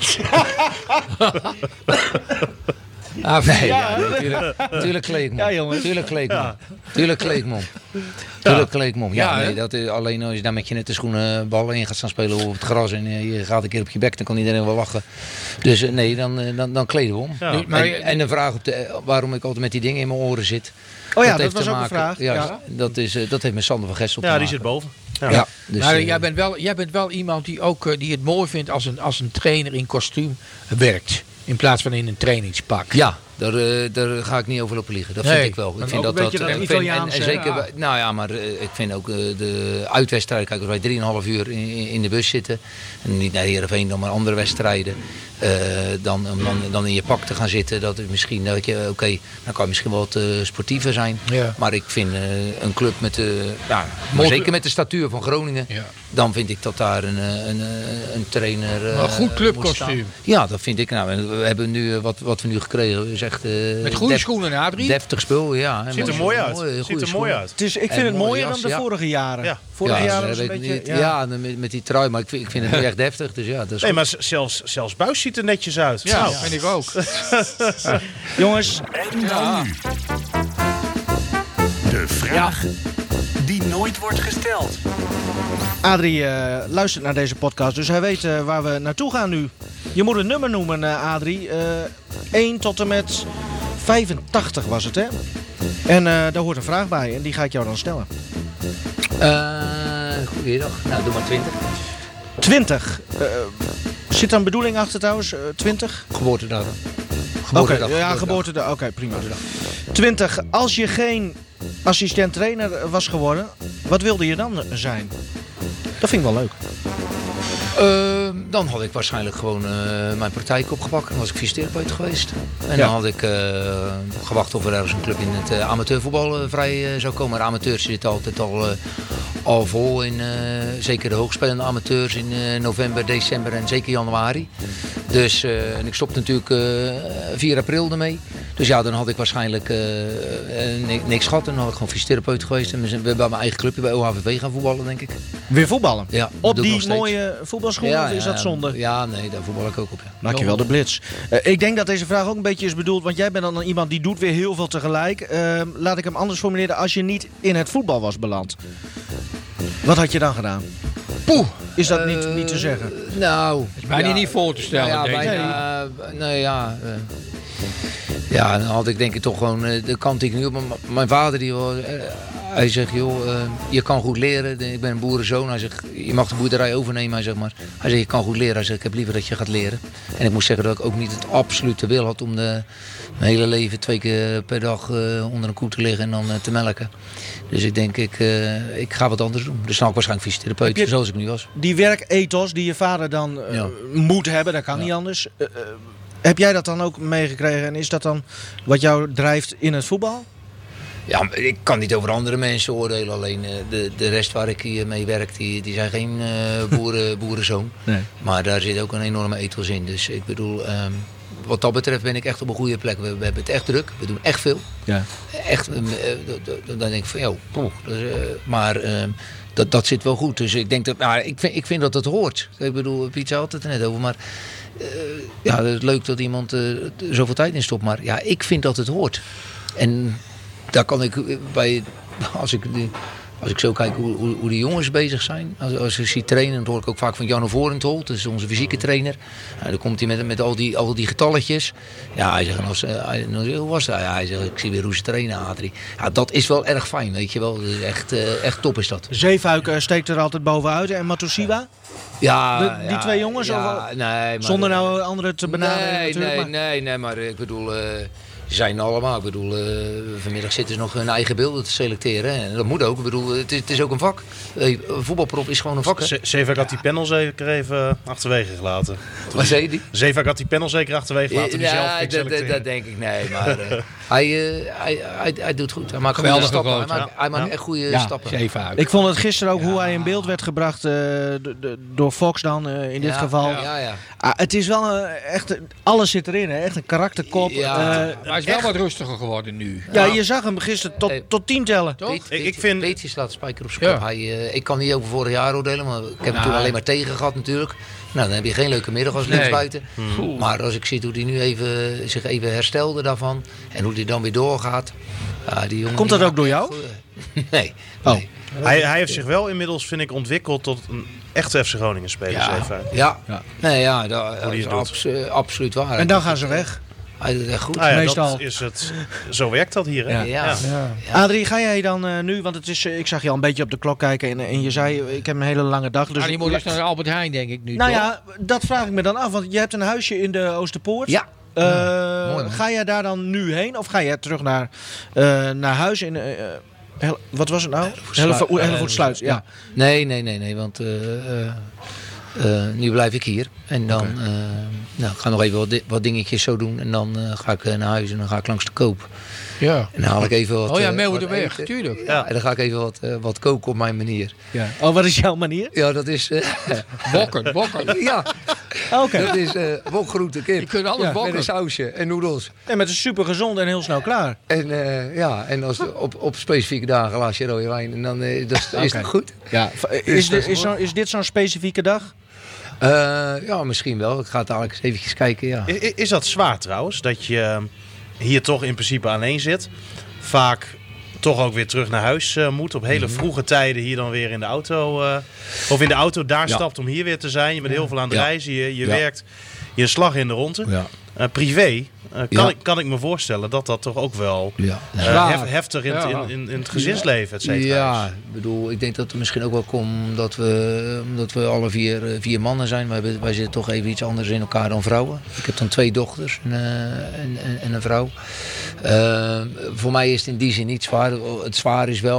Nee, natuurlijk kleed ik me. Ja, jongens. Tuurlijk kleed ik me. Ja, nee, dat is alleen als je daar met je nette schoenen ballen in gaat staan spelen op het gras en je gaat een keer op je bek, dan kan iedereen wel lachen. Dus nee, dan kleden we om. Ja. En de vraag waarom ik altijd met die dingen in mijn oren zit. Oh ja, dat was ook een vraag. Ja. Dat heeft met Sander van Gessel te maken. Die zit boven. Ja, dus, maar jij bent wel iemand die het mooi vindt als een trainer in kostuum werkt. In plaats van in een trainingspak. Ja, Daar ga ik niet over lopen liegen. Dat vind ik wel. Ik vind ook een beetje dat Italiaans. En zeker, nou ja, maar ik vind ook de uitwedstrijden. Kijk, als wij 3,5 uur in de bus zitten. En niet naar Heerenveen, dan maar andere wedstrijden. Dan in je pak te gaan zitten. Dat is misschien, dan kan je misschien wel wat sportiever zijn. Ja. Maar ik vind een club met maar zeker met de statuur van Groningen. Ja. Dan vind ik dat daar een trainer een goed clubkostuum. Ja, dat vind ik. Nou, we hebben nu wat we nu gekregen. Is echt, met goede schoenen, Adrie. Deftig spul, ja. Ziet er mooi uit. Ziet er mooi uit. Ik vind het mooier dan de vorige jaren. Ja. Vorige jaren was een beetje... Ja, met die trui. Maar ik vind het nu echt deftig. Dus ja, dat is nee, maar zelfs Buis ziet er netjes uit. Ja, vind ik ook. Jongens. En dan nu. De vraag die nooit wordt gesteld. Adrie luistert naar deze podcast, dus hij weet waar we naartoe gaan nu. Je moet een nummer noemen, Adrie. 1 tot en met 85 was het, hè? En daar hoort een vraag bij en die ga ik jou dan stellen. Goeiedag. Nou, doe maar 20. 20. Zit er een bedoeling achter trouwens? 20? Geboortedag. Geboortedag. Oké, prima. 20. Als je geen assistent-trainer was geworden, wat wilde je dan zijn? Dat vind ik wel leuk. Dan had ik waarschijnlijk gewoon mijn praktijk opgepakt. Dan was ik fysiotherapeut geweest. En dan had ik gewacht of er ergens een club in het amateurvoetbal vrij zou komen. Maar amateurs zitten altijd al vol in zeker de hoogspelende amateurs in november, december en zeker januari. Dus en ik stopte natuurlijk 4 april ermee. Dus ja, dan had ik waarschijnlijk niks gehad. En dan had ik gewoon fysiotherapeut geweest. En we zijn bij mijn eigen clubje bij OHVV gaan voetballen, denk ik. Weer voetballen? Ja. Op die mooie voetbalschoenen of is dat zonde? Ja, nee, daar voetbal ik ook op. Ja. Maak je wel de blitz. Ik denk dat deze vraag ook een beetje is bedoeld, want jij bent dan iemand die doet weer heel veel tegelijk. Laat ik hem anders formuleren. Als je niet in het voetbal was beland, wat had je dan gedaan? Poeh! Is dat niet te zeggen? Nou... Het is bijna niet voor te stellen. Ja, bijna, ja, dan had ik denk ik toch gewoon de kant die ik nu op... Mijn vader, hij zegt, joh, je kan goed leren. Ik ben een boerenzoon. Hij zegt, je mag de boerderij overnemen. Hij zegt, je kan goed leren. Hij zegt, ik heb liever dat je gaat leren. En ik moet zeggen dat ik ook niet het absolute wil had om mijn hele leven 2 keer per dag onder een koe te liggen en dan te melken. Dus ik denk, ik ga wat anders doen. Dus snel ik waarschijnlijk fysiotherapeut, zoals ik nu was. Die werkethos die je vader dan moet hebben, dat kan niet anders. Heb jij dat dan ook meegekregen en is dat dan wat jou drijft in het voetbal? Ja, ik kan niet over andere mensen oordelen. Alleen de rest waar ik hier mee werk, die zijn geen boerenzoon. Nee. Maar daar zit ook een enorme ethos in. Dus ik bedoel, wat dat betreft ben ik echt op een goede plek. We hebben het echt druk. We doen echt veel. Ja. Echt, dan denk ik van, maar dat zit wel goed. Dus ik denk dat, ik vind dat het hoort. Ik bedoel, Piet zei altijd er net over, maar... het is leuk dat iemand zoveel tijd in stopt, maar ja, ik vind dat het hoort. En daar kan ik bij, als ik zo kijk hoe die jongens bezig zijn, als ik zie trainen, dan hoor ik ook vaak van Janne Vorentholt, dat is onze fysieke trainer. Dan komt hij met al die getalletjes. Ja, hij zegt, hoe was dat? Ja, hij zegt, ik zie weer hoe ze trainen, Adrie. Ja, dat is wel erg fijn, weet je wel. Dat is echt top is dat. Zeefuik steekt er altijd bovenuit en Matosiwa? Ja, die 2 jongens? Ja, nee, maar, zonder nou anderen te benaderen? Nee, maar ik bedoel... Ze zijn allemaal, ik bedoel, vanmiddag zitten ze nog hun eigen beelden te selecteren. Hè? En dat moet ook, ik bedoel, het is ook een vak. Voetbalprof is gewoon een vak. Zeefuik had die panel zeker even achterwege gelaten. Wat zei die? Zeefuik had die panel zeker achterwege gelaten. Dat denk ik, nee. Maar hij doet goed. Hij maakt goede stappen. Hij maakt echt goede stappen. Zeefuik. Ik vond het gisteren ook hoe hij in beeld werd gebracht door Fox dan, in dit geval. Ja. Het is wel echt, alles zit erin, hè? Echt een karakterkop. Hij is wel wat rustiger geworden nu. Ja, je zag hem gisteren tot 10 tellen. Peetje slaat de spijker op zijn kop. Ik kan niet over vorig jaar oordelen, maar ik heb hem toen alleen maar tegen gehad natuurlijk. Nou, dan heb je geen leuke middag als linksbuiten. Maar als ik zie hoe hij nu zich even herstelde daarvan en hoe hij dan weer doorgaat. Die jongen. Komt dat ook door jou? Nee. Oh. Nee. Hij heeft zich wel inmiddels, vind ik, ontwikkeld tot een echte FC Groningen speler. Dat is absoluut waar. En dan gaan ze weg. Goed. Meestal. Dat is het. Zo werkt dat hier. Hè? Ja. Adrie, ga jij dan nu, want het is, ik zag je al een beetje op de klok kijken en je zei, ik heb een hele lange dag. Dus die moet dus naar Albert Heijn, denk ik nu. Nou ja, dat vraag ik me dan af, want je hebt een huisje in de Oosterpoort. Ja. Ga jij daar dan nu heen? Of ga jij terug naar huis in... wat was het nou? Hellevoetsluis. Ja. Nee, want nu blijf ik hier. En dan ik ga nog even wat dingetjes zo doen. En dan ga ik naar huis en dan ga ik langs de koop. Ja. En dan haal ik even wat... Meeuwen de weg, tuurlijk. Ja, en dan ga ik even wat koken op mijn manier. Ja. Oh, wat is jouw manier? Ja, dat is... Bokken. Ja. Oké. Dat is wokgroente kip. Je kunt alles bokken. Met een sausje en noedels. En met een super gezond en heel snel klaar. En en als op specifieke dagen een glaasje rode wijn. En dan is het goed. Ja. Is dit zo'n specifieke dag? Ja, misschien wel. Ik ga het dadelijk eens eventjes kijken, ja. Is dat zwaar trouwens? Dat je hier toch in principe alleen zit. Vaak toch ook weer terug naar huis moet. Op hele vroege tijden hier dan weer in de auto. Of in de auto daar stapt om hier weer te zijn. Je bent heel veel aan het reizen. Je werkt je slag in de ronde. Ja. Privé kan ik me voorstellen dat toch ook wel heftig in het gezinsleven et cetera. Ja, ik bedoel, ik denk dat het misschien ook wel komt omdat we alle vier mannen zijn. Wij zitten toch even iets anders in elkaar dan vrouwen. Ik heb dan 2 dochters en een vrouw. Voor mij is het in die zin niet zwaar. Het zwaar is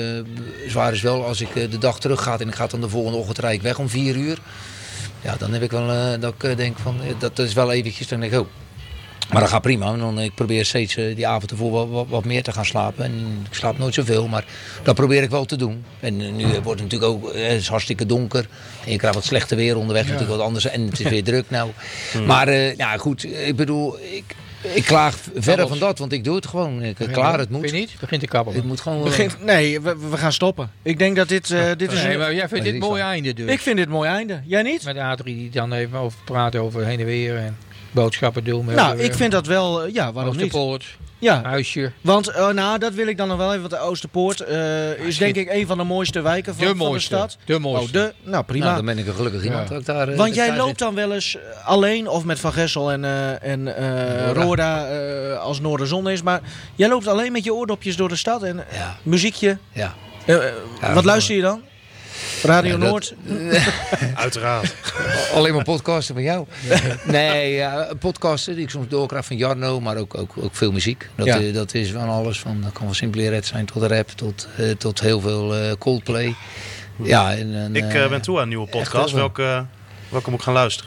wel als ik de dag terug ga en ik ga dan de volgende ochtend rijd weg om 4 uur. Ja, dan heb ik wel dat ik denk van dat is wel eventjes. Dan denk ik, maar dat gaat prima. Ik probeer steeds die avond ervoor wat meer te gaan slapen. En ik slaap nooit zoveel, maar dat probeer ik wel te doen. En nu wordt het natuurlijk ook het is hartstikke donker. En je krijgt wat slechte weer onderweg, natuurlijk wat anders. En het is weer druk nou. Maar goed, ik bedoel, ik klaag verder van dat, want ik doe het gewoon. Klaar, het moet. Vind je niet? Begint te kabbelen. Het moet gewoon... Nee, we gaan stoppen. Ik denk dat dit is... Nee, maar jij vindt dit een mooi einde dus. Ik vind dit een mooi einde. Jij niet? Met Adrie die dan even over praat over heen en weer en boodschappen doen. Nou, ik vind dat wel... waarom niet? Oosterpoort, huisje. Want, dat wil ik dan nog wel even. Want de Oosterpoort is denk ik een van de mooiste wijken van de stad. De mooiste. Nou, prima. Nou, dan ben ik een gelukkig iemand. Dat ik daar, want jij loopt dan wel eens alleen of met Van Gessel en Roorda als Noorderzon is. Maar jij loopt alleen met je oordopjes door de stad en muziekje. Ja. Wat luister je dan? Radio Noord? Uiteraard. Alleen maar podcasten van jou. Nee, podcasten die ik soms doorkrijg van Jarno, maar ook veel muziek. Dat is van alles. Dat kan van Simply Red zijn tot rap, tot heel veel Coldplay. Ja, ik ben toe aan een nieuwe podcast. Welke moet ik gaan luisteren?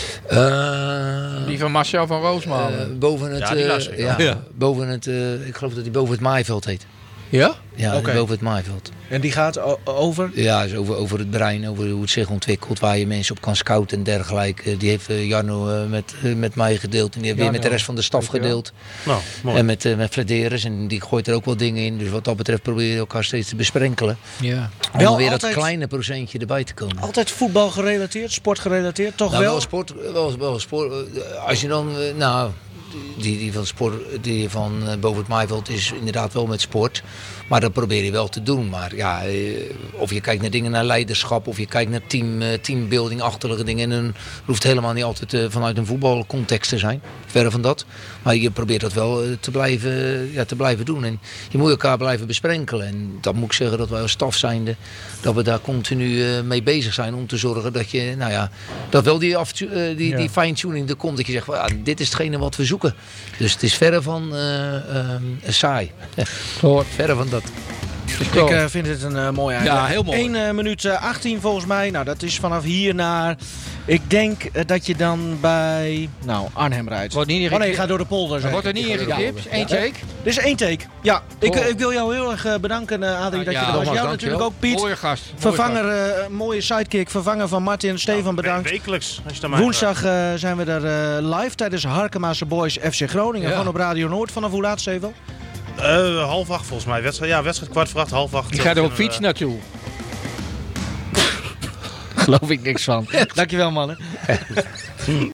Die van Marcel van Roosmalen. Boven het, ik geloof dat hij boven het maaiveld heet. Ja? Ja, boven het maaiveld. En die gaat over? Ja, is over het brein, over hoe het zich ontwikkelt, waar je mensen op kan scouten en dergelijke. Die heeft Jarno met mij gedeeld en die heeft weer met de rest van de staf gedeeld. Nou, mooi. En met Flederis en die gooit er ook wel dingen in. Dus wat dat betreft proberen we elkaar steeds te besprenkelen. Ja. Om wel weer dat kleine procentje erbij te komen. Altijd voetbal gerelateerd, sport gerelateerd, toch wel? Wel sport. Als je dan, die van sport, die van boven het maaiveld is inderdaad wel met sport. Maar dat probeer je wel te doen. Maar ja, of je kijkt naar dingen naar leiderschap, of je kijkt naar teambuilding-achtige dingen. En dan hoeft het helemaal niet altijd vanuit een voetbalcontext te zijn. Verre van dat. Maar je probeert dat wel te blijven doen. En je moet elkaar blijven besprenkelen. En dat moet ik zeggen dat wij als staf zijnde, dat we daar continu mee bezig zijn om te zorgen dat je, dat wel die fine-tuning er komt. Dat je zegt, dit is hetgene wat we zoeken. Dus het is verre van saai. Verre van dat. Ik vind het een mooi einde. Ja, heel mooi. 1 minuut 18 volgens mij. Nou, dat is vanaf hier naar... Ik denk dat je dan bij Arnhem rijdt. Je gaat door de polder. Wordt er niet ingeknipt? Eén take? Dit is 1 take. Ja, ik wil jou heel erg bedanken, Adrie, dat je er was. Jou natuurlijk ook, Piet. Mooie gast. Vervanger, mooie sidekick. Vervanger van Martin. Stefan, bedankt. Wekelijks. Woensdag zijn we er live tijdens Harkemaanse Boys FC Groningen. Gewoon op Radio Noord. Vanaf hoe laat, Steven? 7:30 volgens mij. Wedstrijd 7:15, 7:30. Je gaat er op fiets naartoe. Geloof ik niks van. Dankjewel, mannen.